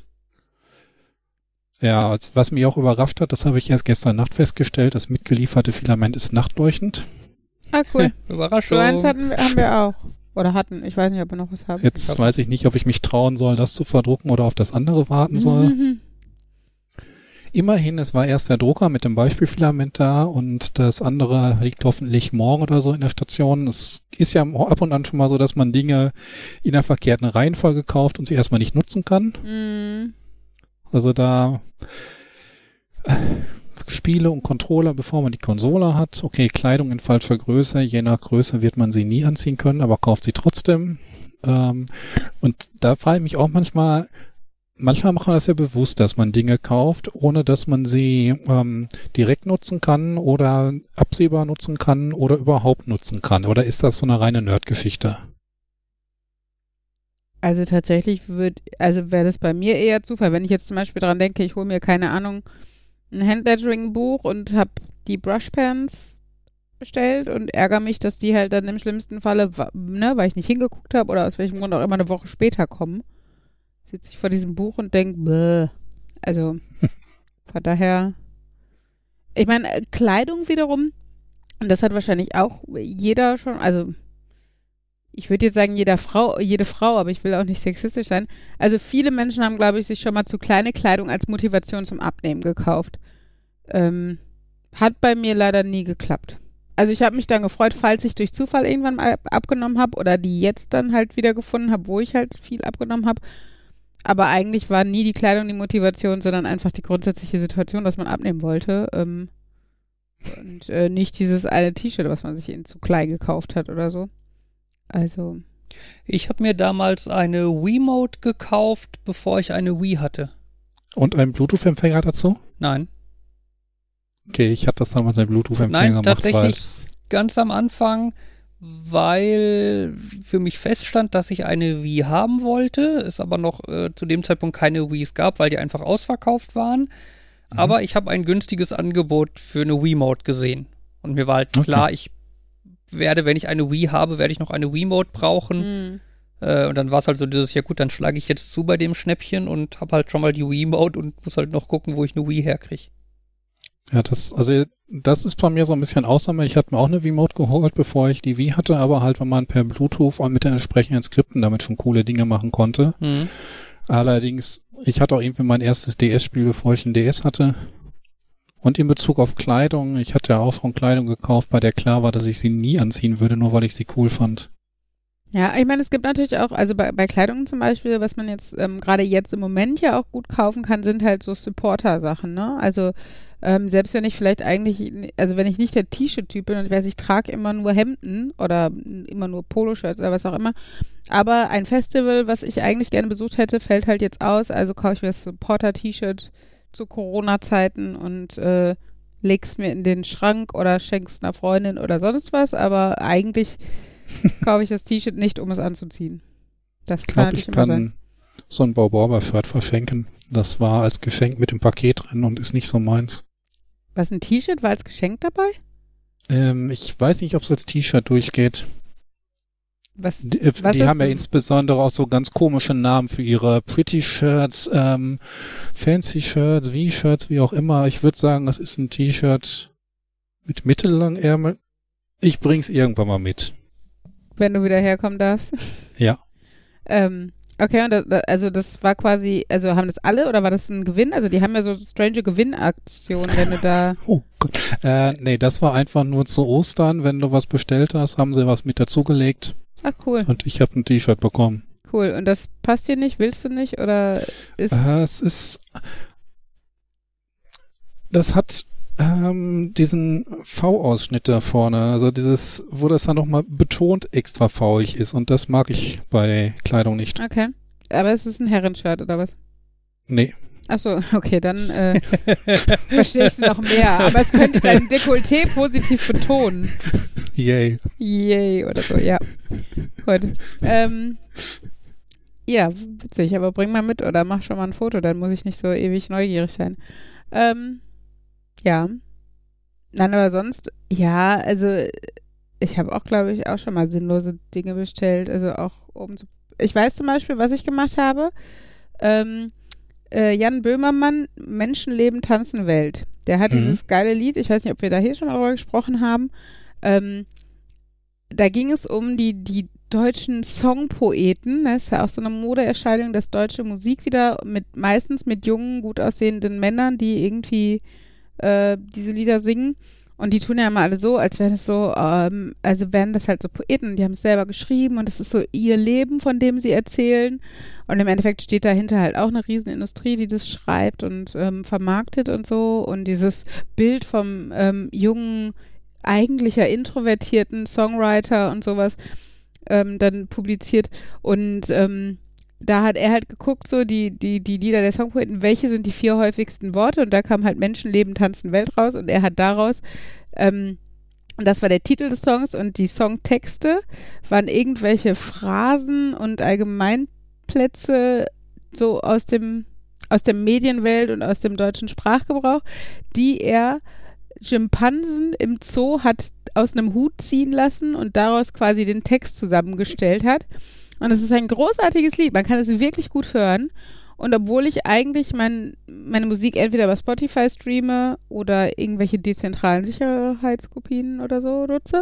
ja, was mich auch überrascht hat, das habe ich erst gestern Nacht festgestellt, das mitgelieferte Filament ist nachtleuchtend. Ah, cool. Überraschung. So eins haben wir auch. Oder hatten. Ich weiß nicht, ob wir noch was haben. Jetzt weiß ich nicht, ob ich mich trauen soll, das zu verdrucken oder auf das andere warten soll. Immerhin, es war erst der Drucker mit dem Beispielfilament da und das andere liegt hoffentlich morgen oder so in der Station. Es ist ja ab und an schon mal so, dass man Dinge in der verkehrten Reihenfolge kauft und sie erstmal nicht nutzen kann. Also da Spiele und Controller, bevor man die Konsole hat. Okay, Kleidung in falscher Größe. Je nach Größe wird man sie nie anziehen können, aber kauft sie trotzdem. Und da frage ich mich auch manchmal macht man das ja bewusst, dass man Dinge kauft, ohne dass man sie direkt nutzen kann oder absehbar nutzen kann oder überhaupt nutzen kann. Oder ist das so eine reine Nerdgeschichte? Also tatsächlich wäre das bei mir eher Zufall. Wenn ich jetzt zum Beispiel dran denke, ich hole mir, keine Ahnung, ein Handlettering-Buch und habe die Brushpens bestellt und ärgere mich, dass die halt dann im schlimmsten Falle, weil ich nicht hingeguckt habe oder aus welchem Grund auch immer eine Woche später kommen, sitze ich vor diesem Buch und denke, also von daher, ich meine, Kleidung wiederum, und das hat wahrscheinlich auch jeder schon, also ich würde jetzt sagen, jede Frau, aber ich will auch nicht sexistisch sein. Also viele Menschen haben, glaube ich, sich schon mal zu kleine Kleidung als Motivation zum Abnehmen gekauft. Hat bei mir leider nie geklappt. Also ich habe mich dann gefreut, falls ich durch Zufall irgendwann mal abgenommen habe oder die jetzt dann halt wieder gefunden habe, wo ich halt viel abgenommen habe. Aber eigentlich war nie die Kleidung die Motivation, sondern einfach die grundsätzliche Situation, dass man abnehmen wollte. Und nicht dieses eine T-Shirt, was man sich zu klein gekauft hat oder so. Also. Ich habe mir damals eine Wiimote gekauft, bevor ich eine Wii hatte. Und einen Bluetooth-Empfänger dazu? Nein. Okay, ich habe das damals mit Bluetooth-Empfänger gemacht. Nein, tatsächlich ganz am Anfang, weil für mich feststand, dass ich eine Wii haben wollte, es aber noch zu dem Zeitpunkt keine Wiis gab, weil die einfach ausverkauft waren. Aber ich habe ein günstiges Angebot für eine Wiimote gesehen. Und mir war halt klar, wenn ich eine Wii habe, werde ich noch eine Wiimote brauchen. Und dann war es halt so dieses, ja gut, dann schlage ich jetzt zu bei dem Schnäppchen und habe halt schon mal die Wiimote und muss halt noch gucken, wo ich eine Wii herkriege. Ja, das ist bei mir so ein bisschen Ausnahme. Ich hatte mir auch eine Wiimote geholt, bevor ich die Wii hatte, aber halt, wenn man per Bluetooth und mit den entsprechenden Skripten damit schon coole Dinge machen konnte. Allerdings, ich hatte auch irgendwie mein erstes DS-Spiel, bevor ich einen DS hatte. Und in Bezug auf Kleidung, ich hatte ja auch schon Kleidung gekauft, bei der klar war, dass ich sie nie anziehen würde, nur weil ich sie cool fand. Ja, ich meine, es gibt natürlich auch, also bei Kleidung zum Beispiel, was man jetzt gerade jetzt im Moment ja auch gut kaufen kann, sind halt so Supporter-Sachen, ne? Also selbst wenn ich vielleicht eigentlich, also wenn ich nicht der T-Shirt-Typ bin und ich weiß, ich trage immer nur Hemden oder immer nur Poloshirts oder was auch immer, aber ein Festival, was ich eigentlich gerne besucht hätte, fällt halt jetzt aus, also kaufe ich mir das Supporter-T-Shirt zu Corona-Zeiten und leg's mir in den Schrank oder schenk's einer Freundin oder sonst was, aber eigentlich kaufe ich das T-Shirt nicht, um es anzuziehen. Das kann natürlich immer sein. So ein Bauborber-Shirt verschenken. Das war als Geschenk mit dem Paket drin und ist nicht so meins. Was, ein T-Shirt war als Geschenk dabei? Ich weiß nicht, ob es als T-Shirt durchgeht. Die haben ja insbesondere auch so ganz komische Namen für ihre Pretty Shirts, Fancy Shirts, V-Shirts, wie auch immer. Ich würde sagen, das ist ein T-Shirt mit mittellangen Ärmel. Ich bring's irgendwann mal mit. Wenn du wieder herkommen darfst. Ja. Okay, und also das war quasi, also haben das alle oder war das ein Gewinn? Also die haben ja so strange Gewinnaktionen, wenn du da... Oh Gott. Nee, das war einfach nur zu Ostern. Wenn du was bestellt hast, haben sie was mit dazugelegt. Ach, cool. Und ich habe ein T-Shirt bekommen. Cool. Und das passt dir nicht? Willst du nicht? Oder ist... Es ist... Das hat diesen V-Ausschnitt da vorne. Also dieses, wo das dann nochmal betont extra V-ig ist. Und das mag ich bei Kleidung nicht. Okay. Aber es ist ein Herrenshirt, oder was? Nee. Ach so, okay, dann verstehe ich es noch mehr. Aber es könnte dein Dekolleté positiv betonen. Yay. Yay oder so, ja. Gut. Ja, witzig, aber bring mal mit oder mach schon mal ein Foto, dann muss ich nicht so ewig neugierig sein. Ja. Nein, aber sonst, ja, also ich habe auch, glaube ich, auch schon mal sinnlose Dinge bestellt. Also auch ich weiß zum Beispiel, was ich gemacht habe. Jan Böhmermann, Menschenleben, Tanzen, Welt. Der hat dieses geile Lied, ich weiß nicht, ob wir da hier schon mal drüber gesprochen haben. Da ging es um die deutschen Songpoeten. Das ist ja auch so eine Modeerscheinung, dass deutsche Musik wieder meistens mit jungen, gut aussehenden Männern, die irgendwie diese Lieder singen. Und die tun ja immer alle so, als wären es so, also wären das halt so Poeten, die haben es selber geschrieben und es ist so ihr Leben, von dem sie erzählen. Und im Endeffekt steht dahinter halt auch eine Riesenindustrie, die das schreibt und vermarktet und so. Und dieses Bild vom jungen, eigentlich ja introvertierten Songwriter und sowas dann publiziert. Und da hat er halt geguckt, so die Lieder der Songpoeten, welche sind die 4 häufigsten Worte, und da kam halt Menschenleben, Tanzen, Welt raus, und er hat daraus, und das war der Titel des Songs, und die Songtexte waren irgendwelche Phrasen und Allgemeinplätze so aus der Medienwelt und aus dem deutschen Sprachgebrauch, die er Schimpansen im Zoo hat aus einem Hut ziehen lassen und daraus quasi den Text zusammengestellt hat. Und es ist ein großartiges Lied. Man kann es wirklich gut hören. Und obwohl ich eigentlich meine Musik entweder über Spotify streame oder irgendwelche dezentralen Sicherheitskopien oder so nutze,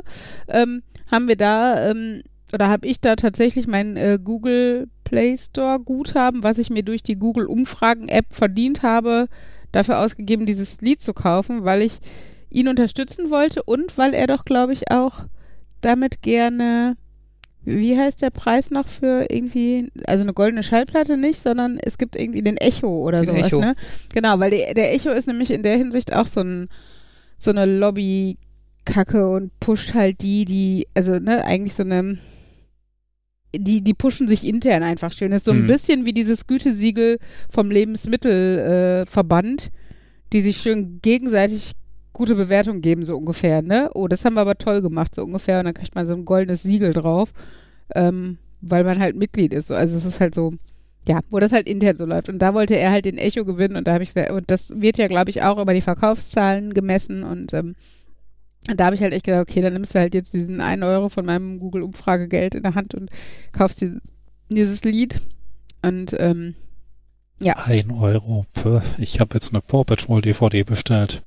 habe ich da tatsächlich mein Google Play Store Guthaben, was ich mir durch die Google Umfragen App verdient habe, dafür ausgegeben, dieses Lied zu kaufen, weil ich ihn unterstützen wollte und weil er doch, glaube ich, auch damit gerne... Wie heißt der Preis noch für irgendwie, also eine goldene Schallplatte nicht, sondern es gibt irgendwie den Echo oder sowas, Echo. ne? Genau, weil der Echo ist nämlich in der Hinsicht auch so eine Lobby-Kacke und pusht halt also ne, eigentlich so eine, die pushen sich intern einfach schön. Das ist so ein bisschen wie dieses Gütesiegel vom Lebensmittelverband, die sich schön gegenseitig gute Bewertung geben, so ungefähr, ne? Oh, das haben wir aber toll gemacht, so ungefähr. Und dann kriegt man so ein goldenes Siegel drauf, weil man halt Mitglied ist. Also es ist halt so, ja, wo das halt intern so läuft. Und da wollte er halt den Echo gewinnen, und da habe ich gesagt, und das wird ja, glaube ich, auch über die Verkaufszahlen gemessen, und da habe ich halt echt gesagt, okay, dann nimmst du halt jetzt diesen 1 Euro von meinem Google-Umfragegeld in der Hand und kaufst dieses Lied. Und ja. 1 Euro. Ich habe jetzt eine Paw Patrol DVD bestellt.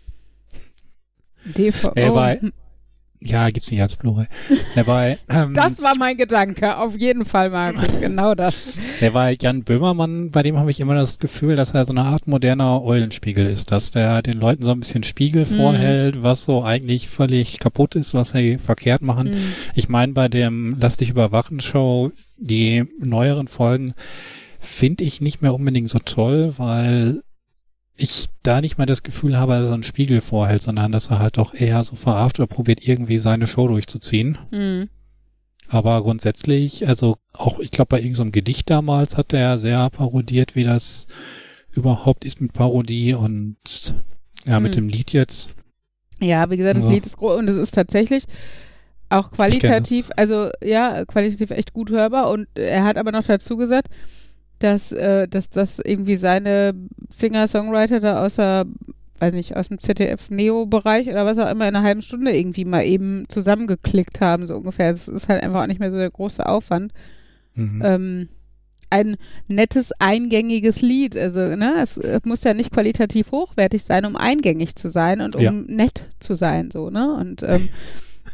Ja, gibt's nicht als Blu-ray. Das war mein Gedanke, auf jeden Fall, Markus, genau das. Der war Jan Böhmermann, bei dem habe ich immer das Gefühl, dass er so eine Art moderner Eulenspiegel ist, dass der den Leuten so ein bisschen Spiegel vorhält, was so eigentlich völlig kaputt ist, was sie verkehrt machen. Ich meine, bei dem Lass dich überwachen Show, die neueren Folgen finde ich nicht mehr unbedingt so toll, weil ich da nicht mal das Gefühl habe, dass er einen Spiegel vorhält, sondern dass er halt doch eher so verarscht oder probiert, irgendwie seine Show durchzuziehen. Aber grundsätzlich, also auch, ich glaube, bei irgendeinem Gedicht damals hat er sehr parodiert, wie das überhaupt ist mit Parodie, und ja, mit dem Lied jetzt. Ja, wie gesagt, das Lied ist groß, und es ist tatsächlich auch qualitativ, also ja, qualitativ echt gut hörbar, und er hat aber noch dazu gesagt, dass das irgendwie seine Singer-Songwriter da aus dem ZDF-Neo-Bereich oder was auch immer in einer halben Stunde irgendwie mal eben zusammengeklickt haben, so ungefähr. Es ist halt einfach auch nicht mehr so der große Aufwand. Ein nettes, eingängiges Lied. Also, ne, es muss ja nicht qualitativ hochwertig sein, um eingängig zu sein und um nett zu sein, so, ne? Und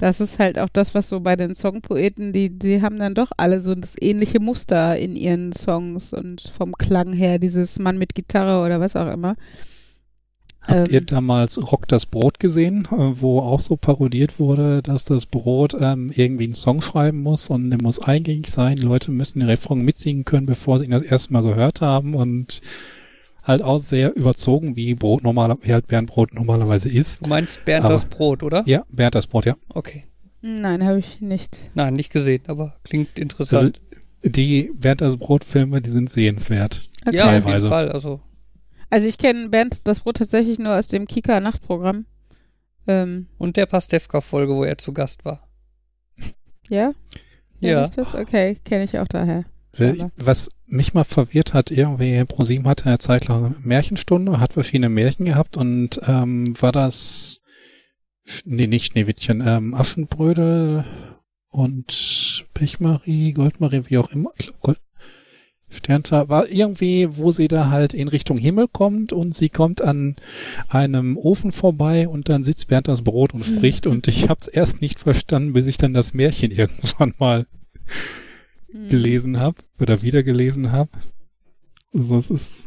Das ist halt auch das, was so bei den Songpoeten, die haben dann doch alle so das ähnliche Muster in ihren Songs und vom Klang her, dieses Mann mit Gitarre oder was auch immer. Habt ihr damals Rock das Brot gesehen, wo auch so parodiert wurde, dass das Brot irgendwie einen Song schreiben muss und der muss eingängig sein, die Leute müssen den Refrain mitsingen können, bevor sie ihn das erste Mal gehört haben und halt auch sehr überzogen, wie halt Bernd Brot normalerweise ist. Du meinst Bernd das Brot, oder? Ja, Bernd das Brot, ja. Okay. Nein, habe ich nicht. Nein, nicht gesehen, aber klingt interessant. Also, die Bernd das Brot-Filme, die sind sehenswert. Okay. Ja, auf jeden Teilweise. Fall. Also ich kenne Bernd das Brot tatsächlich nur aus dem Kika-Nachtprogramm. und der Pastewka-Folge, wo er zu Gast war. Ja? Ja. Ich das? Okay, kenne ich auch daher. Was mich mal verwirrt hat, irgendwie ProSieben hatte eine Zeit lang Märchenstunde, hat verschiedene Märchen gehabt und war das nicht Schneewittchen, Aschenbrödel und Pechmarie, Goldmarie, wie auch immer, Sterntal, war irgendwie, wo sie da halt in Richtung Himmel kommt und sie kommt an einem Ofen vorbei und dann sitzt Bernd das Brot und spricht und ich hab's erst nicht verstanden, bis ich dann das Märchen irgendwann mal gelesen habe oder wieder gelesen habe. Also es ist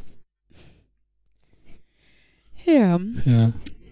ja. ja.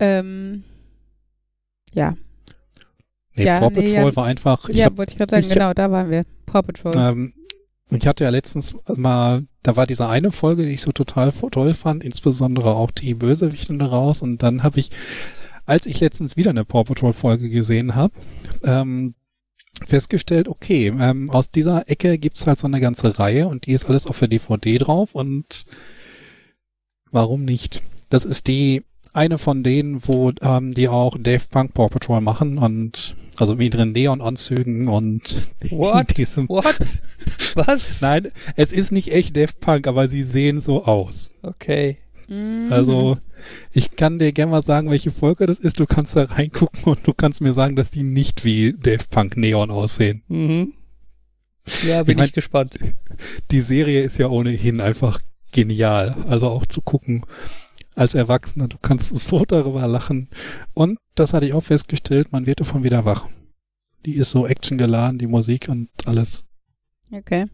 Ja. Nee, Ja, Paw Patrol ja. war einfach. Wollte ich gerade sagen, genau, da waren wir. Paw Patrol. Ich hatte ja letztens mal, da war diese eine Folge, die ich so total toll fand, insbesondere auch die Bösewichten daraus und dann habe ich, als ich letztens wieder eine Paw Patrol Folge gesehen habe, festgestellt, okay, aus dieser Ecke gibt's halt so eine ganze Reihe und die ist alles auf der DVD drauf und warum nicht? Das ist die eine von denen, wo die auch Dave Punk Paw Patrol machen und also mit ihren Neonanzügen und What? diesem What? Was? Nein, es ist nicht echt Dave Punk, aber sie sehen so aus. Okay. Also, ich kann dir gerne mal sagen, welche Folge das ist. Du kannst da reingucken und du kannst mir sagen, dass die nicht wie Dave Punk Neon aussehen. Mhm. Ja, bin ich gespannt. Die Serie ist ja ohnehin einfach genial. Also auch zu gucken als Erwachsener. Du kannst so darüber lachen. Und das hatte ich auch festgestellt, man wird davon wieder wach. Die ist so actiongeladen, die Musik und alles. Okay.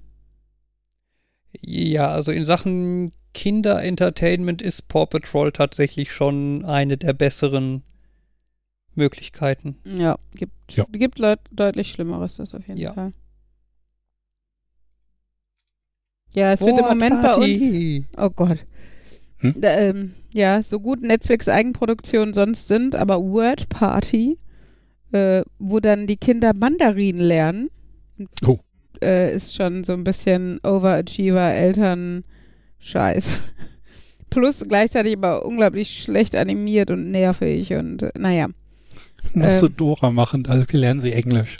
Ja, also in Sachen Kinder-Entertainment ist Paw Patrol tatsächlich schon eine der besseren Möglichkeiten. Ja, gibt deutlich Schlimmeres, das auf jeden Fall. Ja, es wird im Moment bei uns. Oh Gott. Ja, so gut Netflix-Eigenproduktionen sonst sind, aber Word Party, wo dann die Kinder Mandarin lernen, ist schon so ein bisschen Overachiever-Eltern-Scheiß. Plus gleichzeitig aber unglaublich schlecht animiert und nervig und naja. Musst du Dora machen, da lernen sie Englisch.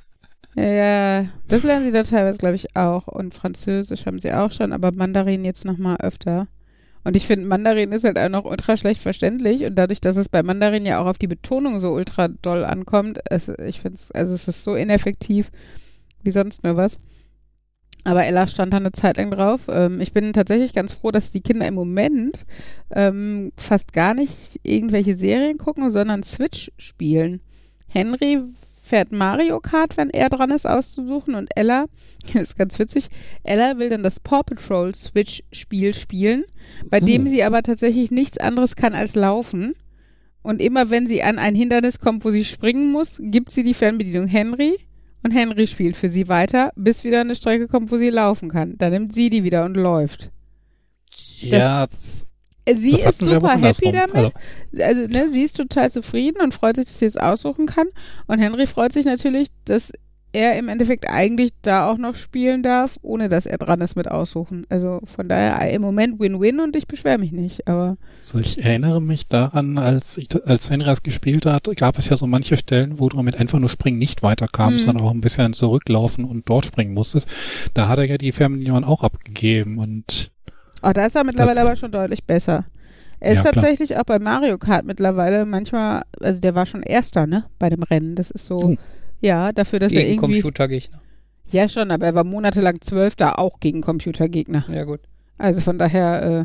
Ja, das lernen sie da teilweise, glaube ich, auch. Und Französisch haben sie auch schon, aber Mandarin jetzt nochmal öfter. Und ich finde, Mandarin ist halt auch noch ultra schlecht verständlich und dadurch, dass es bei Mandarin ja auch auf die Betonung so ultra doll ankommt, ich finde es, also es ist so ineffektiv wie sonst nur was. Aber Ella stand da eine Zeit lang drauf. Ich bin tatsächlich ganz froh, dass die Kinder im Moment fast gar nicht irgendwelche Serien gucken, sondern Switch spielen. Henry fährt Mario Kart, wenn er dran ist, auszusuchen und Ella, das ist ganz witzig, Ella will dann das Paw Patrol Switch-Spiel spielen, bei dem sie aber tatsächlich nichts anderes kann als laufen. Und immer wenn sie an ein Hindernis kommt, wo sie springen muss, gibt sie die Fernbedienung Henry und Henry spielt für sie weiter, bis wieder eine Strecke kommt, wo sie laufen kann. Dann nimmt sie die wieder und läuft. Ja, sie ist super happy damit. Also, ne, sie ist total zufrieden und freut sich, dass sie es aussuchen kann. Und Henry freut sich natürlich, dass er im Endeffekt eigentlich da auch noch spielen darf, ohne dass er dran ist mit aussuchen. Also von daher im Moment Win-Win und ich beschwere mich nicht. Aber also ich erinnere mich daran, als Henry das gespielt hat, gab es ja so manche Stellen, wo du mit einfach nur Springen nicht weiterkamst, sondern auch ein bisschen zurücklaufen und dort springen musstest. Da hat er ja die Fernbedienung auch abgegeben und da ist er mittlerweile aber schon deutlich besser. Er ist tatsächlich auch bei Mario Kart mittlerweile manchmal, also der war schon Erster, ne, bei dem Rennen. Das ist so, ja, dafür, dass er irgendwie... Gegen Computergegner. Ja, schon, aber er war monatelang 12. auch gegen Computergegner. Ja, gut. Also von daher,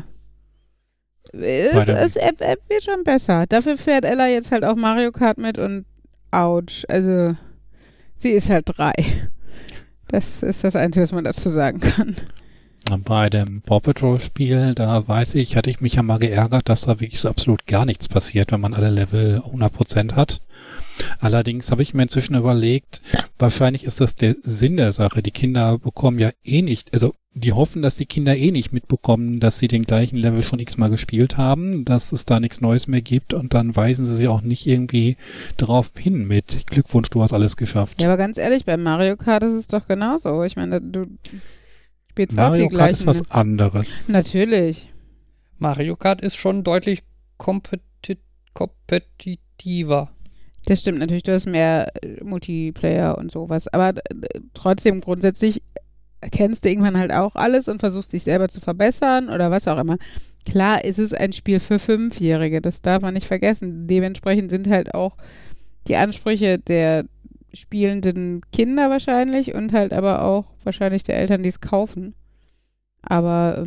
er wird schon besser. Dafür fährt Ella jetzt halt auch Mario Kart mit und ouch. Also, sie ist halt 3. Das ist das Einzige, was man dazu sagen kann. Bei dem Paw Patrol Spiel, da hatte ich mich ja mal geärgert, dass da wirklich so absolut gar nichts passiert, wenn man alle Level 100% hat. Allerdings habe ich mir inzwischen überlegt, wahrscheinlich ist das der Sinn der Sache. Die Kinder bekommen ja eh nicht, also die hoffen, dass die Kinder eh nicht mitbekommen, dass sie den gleichen Level schon x-mal gespielt haben, dass es da nichts Neues mehr gibt und dann weisen sie auch nicht irgendwie darauf hin mit Glückwunsch, du hast alles geschafft. Ja, aber ganz ehrlich, bei Mario Kart ist es doch genauso. Ich meine, du spielst auch Mario die Kart gleichen. ist was anderes. Natürlich. Mario Kart ist schon deutlich kompetitiver. Das stimmt natürlich, du hast mehr Multiplayer und sowas. Aber trotzdem grundsätzlich erkennst du irgendwann halt auch alles und versuchst dich selber zu verbessern oder was auch immer. Klar ist es ein Spiel für 5-Jährige, das darf man nicht vergessen. Dementsprechend sind halt auch die Ansprüche der spielenden Kinder wahrscheinlich und halt aber auch wahrscheinlich der Eltern, die es kaufen. Aber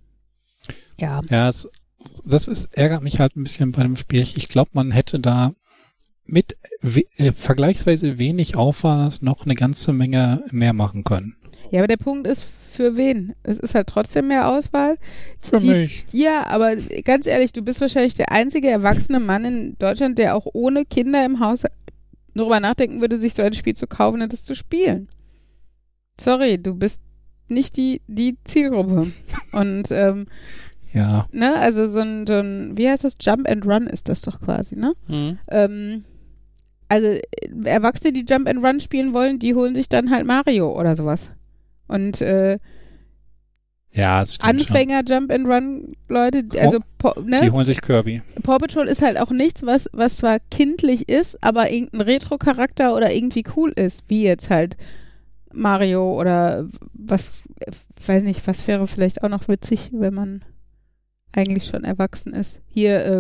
ja. Ja, ärgert mich halt ein bisschen bei dem Spiel. Ich glaube, man hätte da mit vergleichsweise wenig Aufwand noch eine ganze Menge mehr machen können. Ja, aber der Punkt ist, für wen? Es ist halt trotzdem mehr Auswahl. Für mich. Ja, aber ganz ehrlich, du bist wahrscheinlich der einzige erwachsene Mann in Deutschland, der auch ohne Kinder im Haus darüber nachdenken würde, sich so ein Spiel zu kaufen und es zu spielen. Sorry, du bist nicht die Zielgruppe. Und ja. Ne, also so ein, wie heißt das? Jump and Run ist das doch quasi, ne? Mhm. Also Erwachsene, die Jump and Run spielen wollen, die holen sich dann halt Mario oder sowas. Und ja, das stimmt Anfänger schon. Jump and Run Leute, also die holen sich Kirby. Paw Patrol ist halt auch nichts, was zwar kindlich ist, aber irgendein Retro-Charakter oder irgendwie cool ist, wie jetzt halt Mario oder was, weiß nicht, was wäre vielleicht auch noch witzig, wenn man eigentlich schon erwachsen ist. Hier,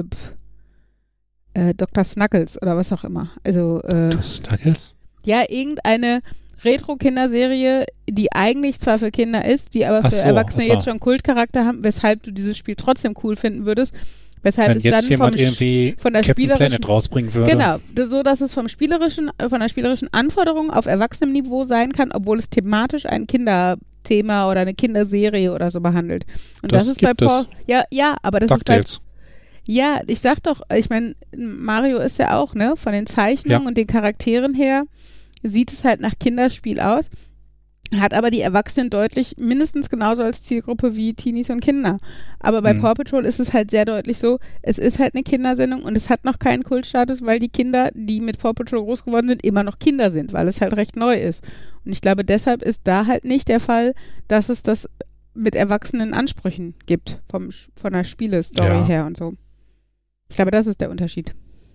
Dr. Snuggles oder was auch immer. Also, Dr. Snuggles? Ja, irgendeine Retro-Kinderserie, die eigentlich zwar für Kinder ist, die aber für Erwachsene jetzt schon Kultcharakter haben, weshalb du dieses Spiel trotzdem cool finden würdest, weshalb wenn es jetzt dann jemand irgendwie von der Captain spielerischen Planet rausbringen würde. Genau, so dass es von der spielerischen Anforderung auf erwachsenem Niveau sein kann, obwohl es thematisch ein Kinderthema oder eine Kinderserie oder so behandelt. Und das ist bei Paw. Ja, aber das DuckTales. ist bei. Ja, ich sag doch, ich meine, Mario ist ja auch, ne, von den Zeichnungen und den Charakteren her, sieht es halt nach Kinderspiel aus, hat aber die Erwachsenen deutlich mindestens genauso als Zielgruppe wie Teenies und Kinder. Aber bei Paw Patrol ist es halt sehr deutlich so, es ist halt eine Kindersendung und es hat noch keinen Kultstatus, weil die Kinder, die mit Paw Patrol groß geworden sind, immer noch Kinder sind, weil es halt recht neu ist. Und ich glaube, deshalb ist da halt nicht der Fall, dass es das mit erwachsenen Ansprüchen gibt, von der Spielestory her und so. Ich glaube, das ist der Unterschied.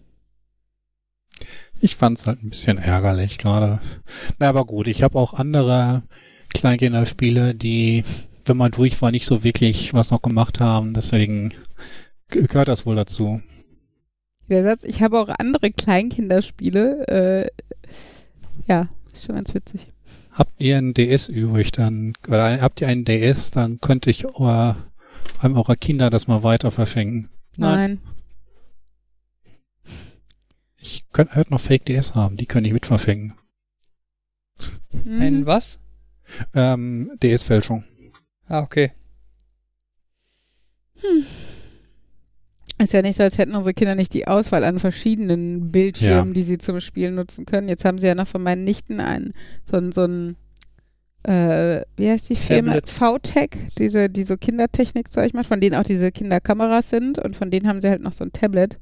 Ich fand es halt ein bisschen ärgerlich gerade. Na, aber gut, ich habe auch andere Kleinkinderspiele, die, wenn man durch war, nicht so wirklich was noch gemacht haben. Deswegen gehört das wohl dazu. Der Satz, ich habe auch andere Kleinkinderspiele, ja, ist schon ganz witzig. Habt ihr einen DS übrig, dann, oder habt ihr einen DS, dann könnte ich einem eurer Kinder das mal weiter verschenken. Nein. Ich könnte halt noch Fake DS haben, die könnte ich mit verschenken. Ein was? DS-Fälschung. Ah, okay. Ist ja nicht so, als hätten unsere Kinder nicht die Auswahl an verschiedenen Bildschirmen, die sie zum Spielen nutzen können. Jetzt haben sie ja noch von meinen Nichten so ein wie heißt die Firma? VTech, die so Kindertechnik-Zeug macht, von denen auch diese Kinderkameras sind und von denen haben sie halt noch so ein Tablet.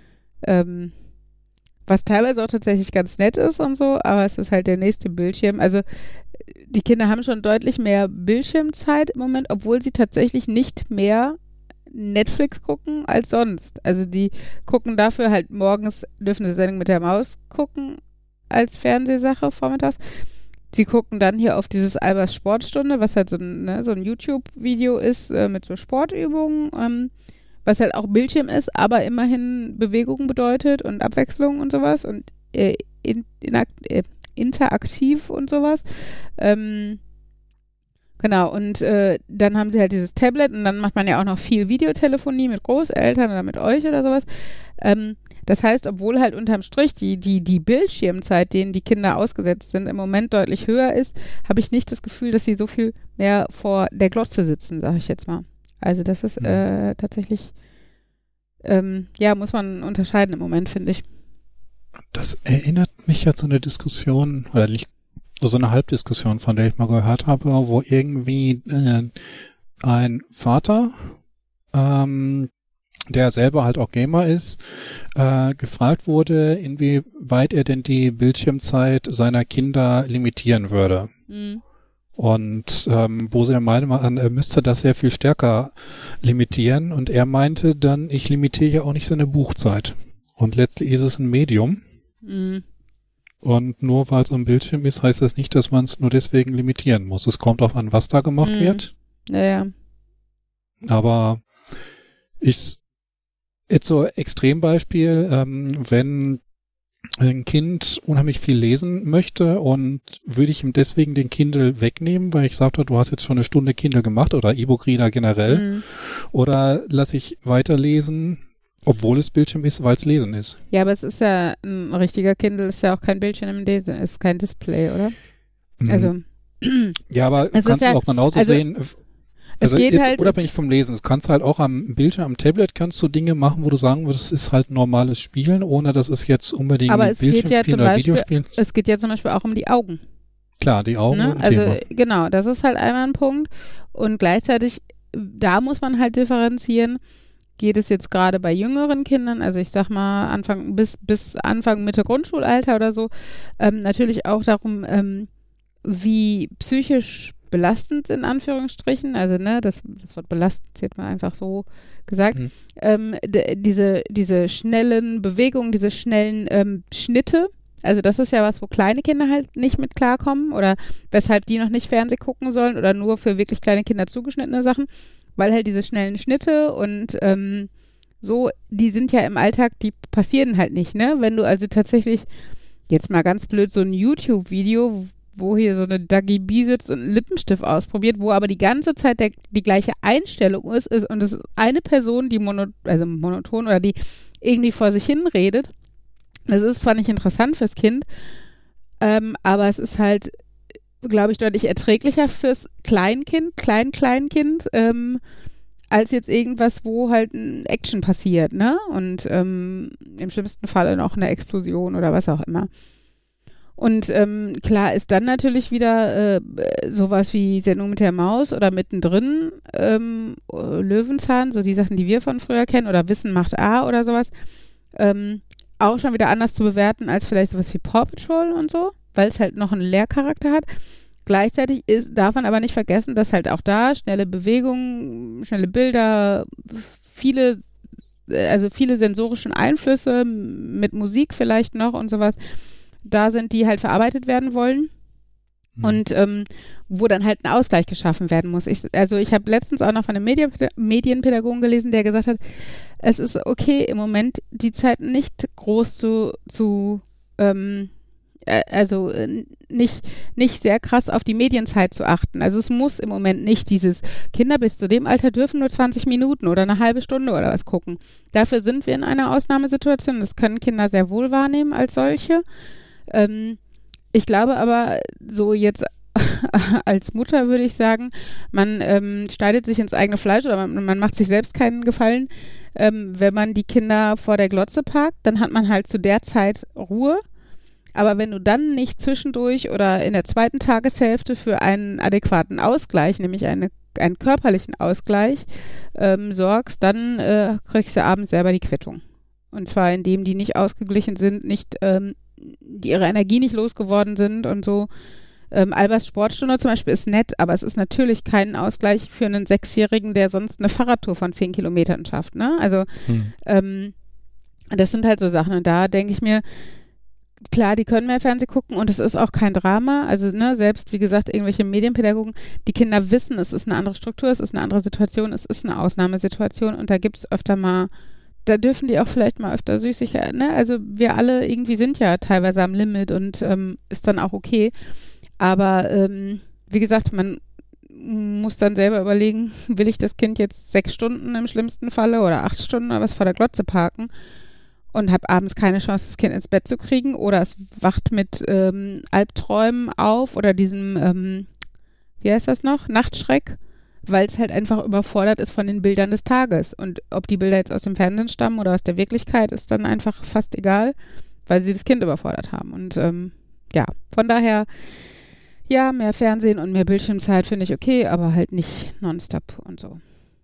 Was teilweise auch tatsächlich ganz nett ist und so, aber es ist halt der nächste Bildschirm. Also die Kinder haben schon deutlich mehr Bildschirmzeit im Moment, obwohl sie tatsächlich nicht mehr Netflix gucken als sonst. Also die gucken dafür halt morgens, dürfen sie Sendung mit der Maus gucken als Fernsehsache vormittags. Sie gucken dann hier auf dieses Albers Sportstunde, was halt so ein YouTube-Video ist mit so Sportübungen, was halt auch Bildschirm ist, aber immerhin Bewegung bedeutet und Abwechslung und sowas und interaktiv und sowas. Genau, und dann haben sie halt dieses Tablet und dann macht man ja auch noch viel Videotelefonie mit Großeltern oder mit euch oder sowas. Das heißt, obwohl halt unterm Strich die Bildschirmzeit, denen die Kinder ausgesetzt sind, im Moment deutlich höher ist, habe ich nicht das Gefühl, dass sie so viel mehr vor der Glotze sitzen, sage ich jetzt mal. Also das ist tatsächlich, muss man unterscheiden im Moment, finde ich. Das erinnert mich ja zu einer Diskussion, oder nicht, so eine Halbdiskussion, von der ich mal gehört habe, wo irgendwie ein Vater, der selber halt auch Gamer ist, gefragt wurde, inwieweit er denn die Bildschirmzeit seiner Kinder limitieren würde. Mhm. Und wo sie der Meinung waren, er müsste das sehr viel stärker limitieren. Und er meinte dann, ich limitiere ja auch nicht seine Buchzeit. Und letztlich ist es ein Medium. Mhm. Und nur weil es am Bildschirm ist, heißt das nicht, dass man es nur deswegen limitieren muss. Es kommt auch an, was da gemacht wird. Ja. Aber jetzt so Extrembeispiel, wenn ein Kind unheimlich viel lesen möchte und würde ich ihm deswegen den Kindle wegnehmen, weil ich sagte, du hast jetzt schon eine Stunde Kindle gemacht oder E-Book-Reader generell, oder lasse ich weiterlesen, obwohl es Bildschirm ist, weil es Lesen ist. Ja, aber es ist ja, ein richtiger Kindle ist ja auch kein Bildschirm im Lesen, ist kein Display, oder? Also. Ja, aber es kannst du ja, auch genauso sehen. Also geht jetzt halt, unabhängig vom Lesen, du kannst halt auch am Bildschirm, am Tablet kannst du Dinge machen, wo du sagen würdest, es ist halt normales Spielen, ohne dass es jetzt unbedingt Bildschirmspielen oder Videospielen. Es geht ja zum Beispiel auch um die Augen. Klar, die Augen sind ein Thema. Genau, das ist halt einmal ein Punkt. Und gleichzeitig, da muss man halt differenzieren, geht es jetzt gerade bei jüngeren Kindern, also ich sag mal Anfang bis Anfang, Mitte Grundschulalter oder so, natürlich auch darum, wie psychisch belastend in Anführungsstrichen, also das Wort belastend ist jetzt mal einfach so gesagt, diese schnellen Bewegungen, diese schnellen Schnitte, also das ist ja was, wo kleine Kinder halt nicht mit klarkommen oder weshalb die noch nicht Fernsehen gucken sollen oder nur für wirklich kleine Kinder zugeschnittene Sachen, weil halt diese schnellen Schnitte und so, die sind ja im Alltag, die passieren halt nicht, ne? Wenn du also tatsächlich, jetzt mal ganz blöd, so ein YouTube-Video, wo hier so eine Dagi B sitzt und einen Lippenstift ausprobiert, wo aber die ganze Zeit die gleiche Einstellung ist und es ist eine Person, die monoton oder die irgendwie vor sich hin redet. Das ist zwar nicht interessant fürs Kind, aber es ist halt, glaube ich, deutlich erträglicher fürs Kleinkind, Kleinkind, als jetzt irgendwas, wo halt ein Action passiert, ne? Und im schlimmsten Fall noch eine Explosion oder was auch immer. Und klar ist dann natürlich wieder sowas wie Sendung mit der Maus oder mittendrin Löwenzahn, so die Sachen, die wir von früher kennen, oder Wissen macht A oder sowas, auch schon wieder anders zu bewerten als vielleicht sowas wie Paw Patrol und so, weil es halt noch einen Lehrcharakter hat. Gleichzeitig darf man aber nicht vergessen, dass halt auch da schnelle Bewegungen, schnelle Bilder, viele sensorischen Einflüsse mit Musik vielleicht noch und sowas da sind, die halt verarbeitet werden wollen und wo dann halt ein Ausgleich geschaffen werden muss. Ich habe letztens auch noch von einem Medienpädagogen gelesen, der gesagt hat, es ist okay, im Moment die Zeit nicht groß nicht sehr krass auf die Medienzeit zu achten. Also es muss im Moment nicht dieses Kinder bis zu dem Alter dürfen nur 20 Minuten oder eine halbe Stunde oder was gucken. Dafür sind wir in einer Ausnahmesituation. Das können Kinder sehr wohl wahrnehmen als solche. Ich glaube aber, so jetzt als Mutter würde ich sagen, man schneidet sich ins eigene Fleisch oder man macht sich selbst keinen Gefallen. Wenn man die Kinder vor der Glotze parkt, dann hat man halt zu der Zeit Ruhe. Aber wenn du dann nicht zwischendurch oder in der zweiten Tageshälfte für einen adäquaten Ausgleich, nämlich einen körperlichen Ausgleich, sorgst, dann kriegst du abends selber die Quittung. Und zwar indem die nicht ausgeglichen sind, die ihre Energie nicht losgeworden sind und so. Albers Sportstunde zum Beispiel ist nett, aber es ist natürlich kein Ausgleich für einen 6-Jährigen, der sonst eine Fahrradtour von 10 Kilometern schafft, ne? Also das sind halt so Sachen. Und da denke ich mir, klar, die können mehr Fernsehen gucken und es ist auch kein Drama. Also selbst, wie gesagt, irgendwelche Medienpädagogen, die Kinder wissen, es ist eine andere Struktur, es ist eine andere Situation, es ist eine Ausnahmesituation und da gibt es öfter mal, da dürfen die auch vielleicht mal öfter Süßigkeiten, ne? Also wir alle irgendwie sind ja teilweise am Limit und ist dann auch okay. Aber wie gesagt, man muss dann selber überlegen, will ich das Kind jetzt 6 Stunden im schlimmsten Falle oder 8 Stunden oder was vor der Glotze parken? und habe abends keine Chance, das Kind ins Bett zu kriegen oder es wacht mit Albträumen auf oder diesem, wie heißt das noch, Nachtschreck, weil es halt einfach überfordert ist von den Bildern des Tages. Und ob die Bilder jetzt aus dem Fernsehen stammen oder aus der Wirklichkeit, ist dann einfach fast egal, weil sie das Kind überfordert haben. Und ja, von daher, ja, mehr Fernsehen und mehr Bildschirmzeit finde ich okay, aber halt nicht nonstop und so.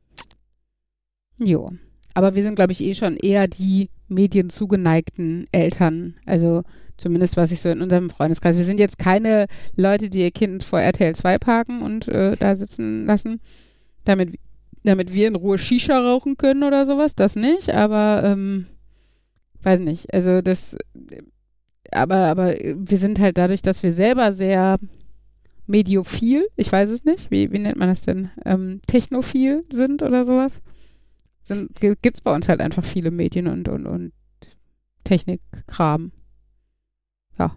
Jo. Aber wir sind, glaube ich, schon eher die medienzugeneigten Eltern. Also zumindest was ich so in unserem Freundeskreis. Wir sind jetzt keine Leute, die ihr Kind vor RTL 2 parken und da sitzen lassen, damit wir in Ruhe Shisha rauchen können oder sowas. Das nicht, aber weiß nicht. Also das, aber wir sind halt dadurch, dass wir selber sehr mediophil, ich weiß es nicht, wie nennt man das denn, technophil sind oder sowas. Gibt es bei uns halt einfach viele Medien und Technikkram. Ja.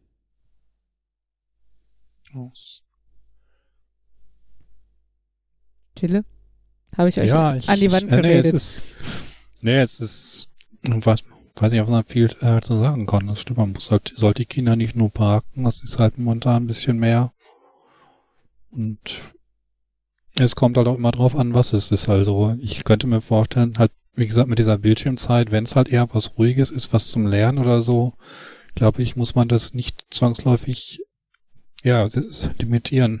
Stille? Habe ich euch an die Wand geredet? Es ist, weiß nicht, ob man viel zu sagen kann. Das stimmt, man sollte die Kinder nicht nur parken, das ist halt momentan ein bisschen mehr. Und es kommt halt auch immer drauf an, was es ist. Also ich könnte mir vorstellen, halt, wie gesagt, mit dieser Bildschirmzeit, wenn es halt eher was Ruhiges ist, was zum Lernen oder so, glaube ich, muss man das nicht zwangsläufig, limitieren.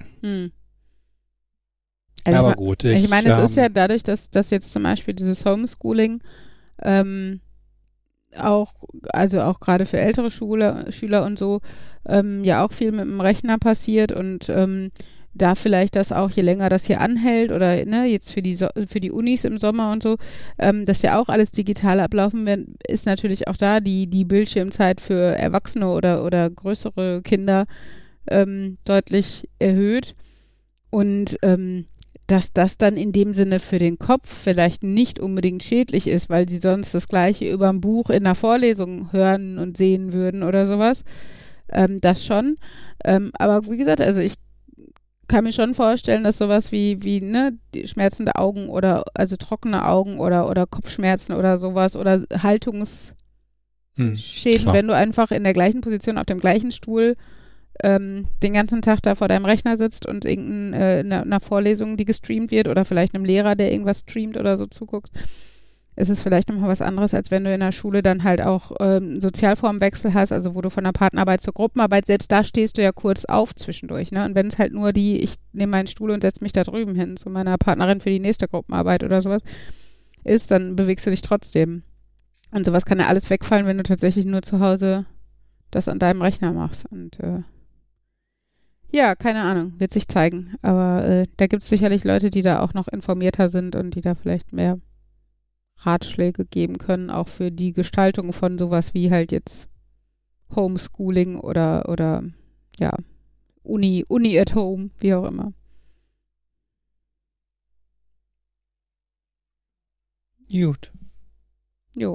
Also aber gut. Ich meine, es ist ja dadurch, dass jetzt zum Beispiel dieses Homeschooling auch gerade für ältere Schüler und so, ja auch viel mit dem Rechner passiert und da vielleicht das auch, je länger das hier anhält oder ne, jetzt für die Unis im Sommer und so, dass ja auch alles digital ablaufen wird, ist natürlich auch da die Bildschirmzeit für Erwachsene oder größere Kinder deutlich erhöht und dass das dann in dem Sinne für den Kopf vielleicht nicht unbedingt schädlich ist, weil sie sonst das Gleiche über ein Buch in einer Vorlesung hören und sehen würden oder sowas. Das schon. Aber wie gesagt, also ich kann mir schon vorstellen, dass sowas wie ne, die schmerzende Augen oder also trockene Augen oder Kopfschmerzen oder sowas oder Haltungsschäden, wenn du einfach in der gleichen Position auf dem gleichen Stuhl den ganzen Tag da vor deinem Rechner sitzt und einer Vorlesung, die gestreamt wird oder vielleicht einem Lehrer, der irgendwas streamt oder so zuguckst, ist es vielleicht nochmal was anderes, als wenn du in der Schule dann halt auch Sozialformwechsel hast, also wo du von der Partnerarbeit zur Gruppenarbeit, selbst da stehst du ja kurz auf zwischendurch, ne? Und wenn es halt nur ich nehme meinen Stuhl und setze mich da drüben hin zu meiner Partnerin für die nächste Gruppenarbeit oder sowas ist, dann bewegst du dich trotzdem. Und sowas kann ja alles wegfallen, wenn du tatsächlich nur zu Hause das an deinem Rechner machst. Und ja, keine Ahnung, wird sich zeigen. Aber da gibt es sicherlich Leute, die da auch noch informierter sind und die da vielleicht mehr Ratschläge geben können, auch für die Gestaltung von sowas wie halt jetzt Homeschooling oder ja, Uni at home, wie auch immer. Gut. Jo.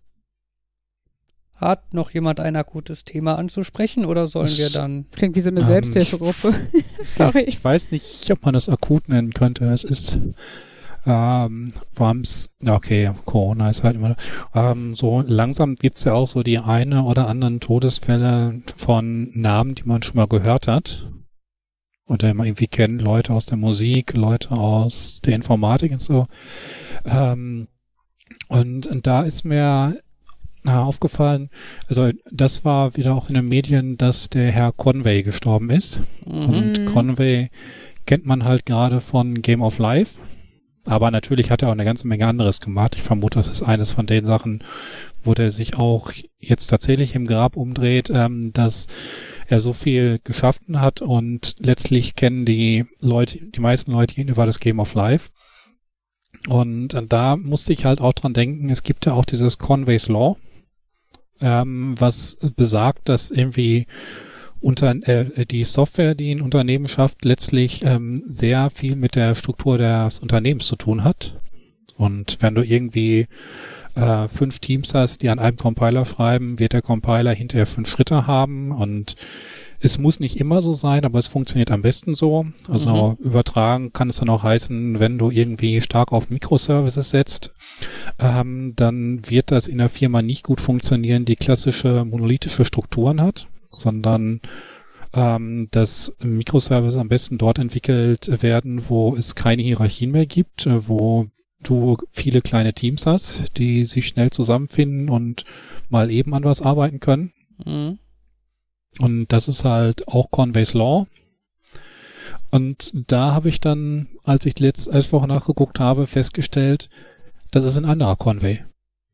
Hat noch jemand ein akutes Thema anzusprechen oder sollen wir dann... Das klingt wie so eine Selbsthilfegruppe. Sorry. Ich weiß nicht, ob man das akut nennen könnte. Es ist okay, Corona ist halt immer so langsam gibt's ja auch so die eine oder anderen Todesfälle von Namen, die man schon mal gehört hat oder man irgendwie kennt, Leute aus der Musik, Leute aus der Informatik und so. Und da ist mir aufgefallen, also das war wieder auch in den Medien, dass der Herr Conway gestorben ist. Und Conway kennt man halt gerade von Game of Life. Aber natürlich hat er auch eine ganze Menge anderes gemacht. Ich vermute, das ist eines von den Sachen, wo der sich auch jetzt tatsächlich im Grab umdreht, dass er so viel geschaffen hat und letztlich kennen die meisten Leute ihn über das Game of Life. Und da musste ich halt auch dran denken, es gibt ja auch dieses Conway's Law, was besagt, dass irgendwie die Software, die ein Unternehmen schafft, letztlich sehr viel mit der Struktur des Unternehmens zu tun hat. Und wenn du irgendwie 5 Teams hast, die an einem Compiler schreiben, wird der Compiler hinterher 5 Schritte haben und Es muss nicht immer so sein, aber es funktioniert am besten so. Also übertragen kann es dann auch heißen, wenn du irgendwie stark auf Microservices setzt, dann wird das in der Firma nicht gut funktionieren, die klassische monolithische Strukturen hat, sondern dass Microservices am besten dort entwickelt werden, wo es keine Hierarchien mehr gibt, wo du viele kleine Teams hast, die sich schnell zusammenfinden und mal eben an was arbeiten können. Mhm. Und das ist halt auch Conway's Law. Und da habe ich dann, als ich die letzte Woche nachgeguckt habe, festgestellt, das ist ein anderer Conway.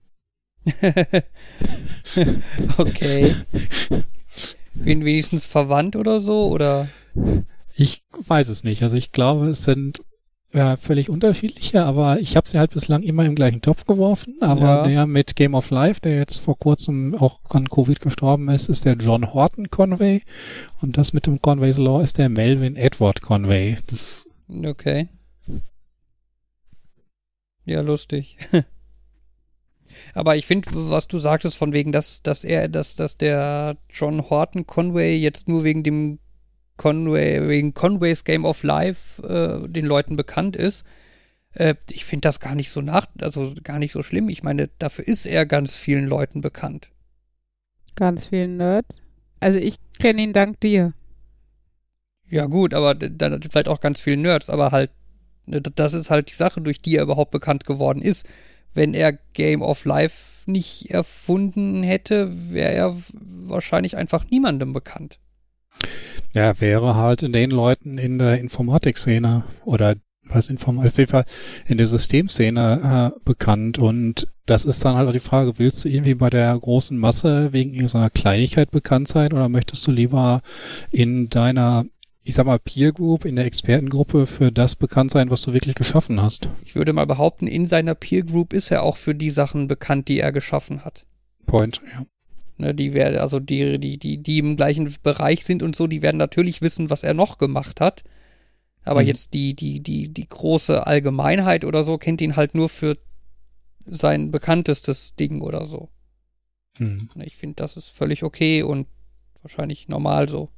Okay. Wenigstens verwandt oder so, oder? Ich weiß es nicht. Also ich glaube, es sind völlig unterschiedliche, aber ich habe sie halt bislang immer im gleichen Topf geworfen. Aber der mit Game of Life, der jetzt vor kurzem auch an Covid gestorben ist der John Horton Conway. Und das mit dem Conway's Law ist der Melvin Edward Conway. Okay. Ja, lustig. Aber ich finde, was du sagtest, von wegen, dass der John Horton Conway jetzt nur wegen Conways Game of Life den Leuten bekannt ist, ich finde das gar nicht so gar nicht so schlimm. Ich meine, dafür ist er ganz vielen Leuten bekannt. Ganz vielen Nerds? Also ich kenne ihn dank dir. Ja gut, aber dann vielleicht auch ganz vielen Nerds, aber halt, das ist halt die Sache, durch die er überhaupt bekannt geworden ist. Wenn er Game of Life nicht erfunden hätte, wäre er wahrscheinlich einfach niemandem bekannt. Ja, wäre halt in den Leuten in der Informatik-Szene oder auf jeden Fall in der Systemszene bekannt. Und das ist dann halt auch die Frage, willst du irgendwie bei der großen Masse wegen irgendeiner Kleinigkeit bekannt sein oder möchtest du lieber in deiner, ich sag mal, Peer Group, in der Expertengruppe für das bekannt sein, was du wirklich geschaffen hast? Ich würde mal behaupten, in seiner Peer Group ist er auch für die Sachen bekannt, die er geschaffen hat. Point, ja. Ne, die im gleichen Bereich sind und so, die werden natürlich wissen, was er noch gemacht hat. Aber jetzt die große Allgemeinheit oder so kennt ihn halt nur für sein bekanntestes Ding oder so. Ich finde, das ist völlig okay und wahrscheinlich normal so.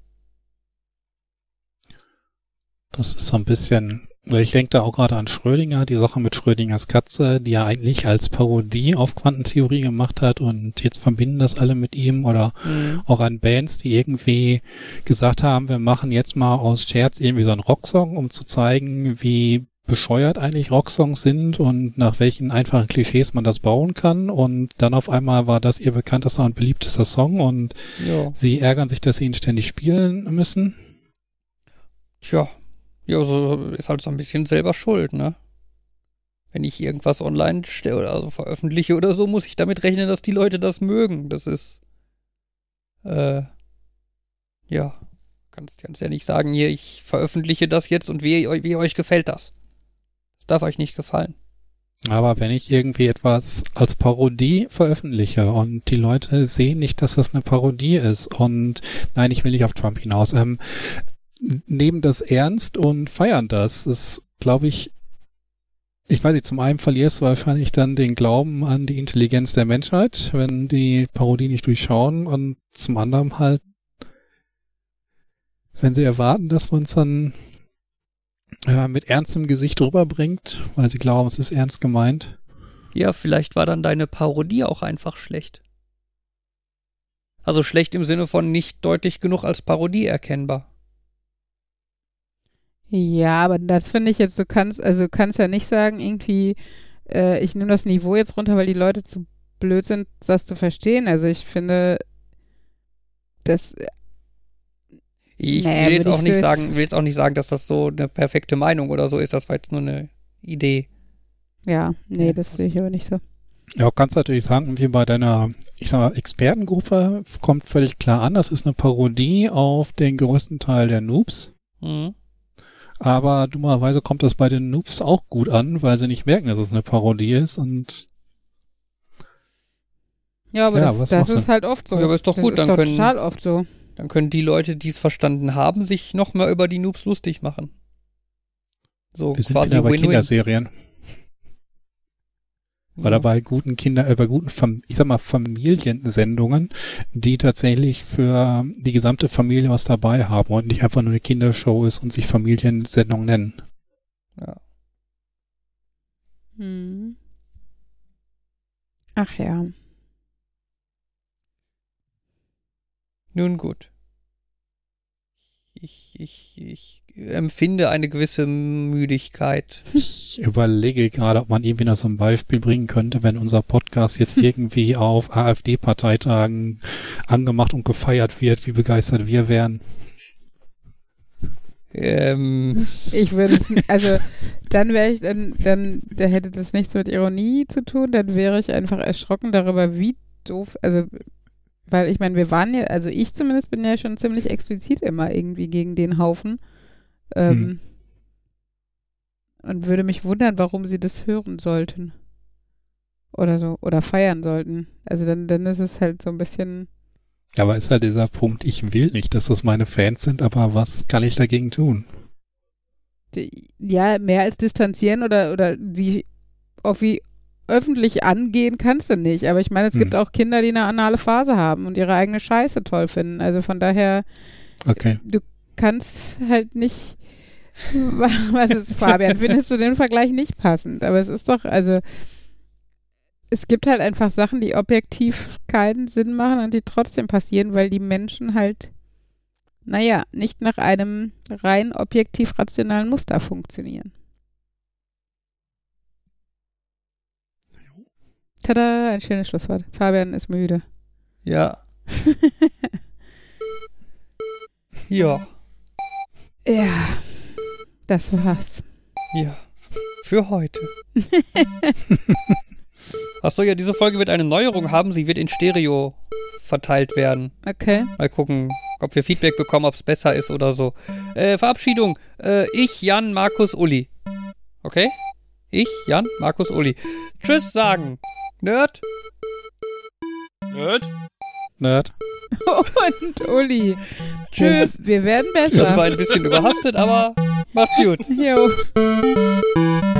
Das ist so ein bisschen, ich denke da auch gerade an Schrödinger, die Sache mit Schrödingers Katze, die er eigentlich als Parodie auf Quantentheorie gemacht hat und jetzt verbinden das alle mit ihm oder auch an Bands, die irgendwie gesagt haben, wir machen jetzt mal aus Scherz irgendwie so einen Rocksong, um zu zeigen, wie bescheuert eigentlich Rocksongs sind und nach welchen einfachen Klischees man das bauen kann und dann auf einmal war das ihr bekanntester und beliebtester Song und sie ärgern sich, dass sie ihn ständig spielen müssen. Tja. Ja, so ist halt so ein bisschen selber schuld, ne? Wenn ich irgendwas online stelle oder also veröffentliche oder so, muss ich damit rechnen, dass die Leute das mögen. Das ist, kannst ja nicht sagen, hier, ich veröffentliche das jetzt und wie euch gefällt das. Das darf euch nicht gefallen. Aber wenn ich irgendwie etwas als Parodie veröffentliche und die Leute sehen nicht, dass das eine Parodie ist und nein, ich will nicht auf Trump hinaus, nehmen das ernst und feiern das. Das glaube ich weiß nicht, zum einen verlierst du wahrscheinlich dann den Glauben an die Intelligenz der Menschheit, wenn die Parodie nicht durchschauen und zum anderen halt, wenn sie erwarten, dass man es dann mit ernstem Gesicht rüberbringt, weil sie glauben, es ist ernst gemeint. Ja, vielleicht war dann deine Parodie auch einfach schlecht. Also schlecht im Sinne von nicht deutlich genug als Parodie erkennbar. Ja, aber das finde ich jetzt, du kannst ja nicht sagen, irgendwie, ich nehme das Niveau jetzt runter, weil die Leute zu blöd sind, das zu verstehen. Also ich finde, das Ich will jetzt auch nicht sagen, dass das so eine perfekte Meinung oder so ist. Das war jetzt nur eine Idee. Ja, nee, das sehe ich aber nicht so. Ja, kannst natürlich sagen, wie bei deiner, ich sag mal, Expertengruppe kommt völlig klar an. Das ist eine Parodie auf den größten Teil der Noobs. Aber dummerweise kommt das bei den Noobs auch gut an, weil sie nicht merken, dass es eine Parodie ist und ja, aber das ist halt oft so. Ja, aber ist doch gut, das ist doch total oft so. Dann können die Leute, die es verstanden haben, sich noch mal über die Noobs lustig machen. So wir sind quasi wieder bei Win-Win. Kinderserien. Oder bei guten bei guten Familiensendungen, die tatsächlich für die gesamte Familie was dabei haben und nicht einfach nur eine Kindershow ist und sich Familiensendung nennen. Ja. Hm. Ach ja. Nun gut. Ich empfinde eine gewisse Müdigkeit. Ich überlege gerade, ob man irgendwie noch so ein Beispiel bringen könnte, wenn unser Podcast jetzt irgendwie auf AfD-Parteitagen angemacht und gefeiert wird, wie begeistert wir wären. Ich würde es, also dann wäre ich, dann da hätte das nichts mit Ironie zu tun, dann wäre ich einfach erschrocken darüber, wie doof, also weil ich meine, wir waren ja, also ich zumindest bin ja schon ziemlich explizit immer irgendwie gegen den Haufen und würde mich wundern, warum sie das hören sollten oder so, oder feiern sollten. Also dann ist es halt so ein bisschen. Aber ist halt dieser Punkt, ich will nicht, dass das meine Fans sind, aber was kann ich dagegen tun? Ja, mehr als distanzieren oder sie wie öffentlich angehen kannst du nicht. Aber ich meine, es gibt auch Kinder, die eine anale Phase haben und ihre eigene Scheiße toll finden. Also von daher, okay. Du kannst halt nicht, was ist, Fabian, findest du den Vergleich nicht passend? Aber es ist doch, also es gibt halt einfach Sachen, die objektiv keinen Sinn machen und die trotzdem passieren, weil die Menschen halt, naja, nicht nach einem rein objektiv rationalen Muster funktionieren. Tada, ein schönes Schlusswort. Fabian ist müde. Ja. Ja. Ja, das war's. Ja. Für heute. Achso, ja, diese Folge wird eine Neuerung haben. Sie wird in Stereo verteilt werden. Okay. Mal gucken, ob wir Feedback bekommen, ob es besser ist oder so. Verabschiedung. Ich, Jan, Markus, Uli. Okay? Ich, Jan, Markus, Uli. Tschüss sagen. Nerd. Nerd? Nerd. Und Uli. Tschüss. Wir werden besser. Das war ein bisschen überhastet, aber macht's gut. Jo.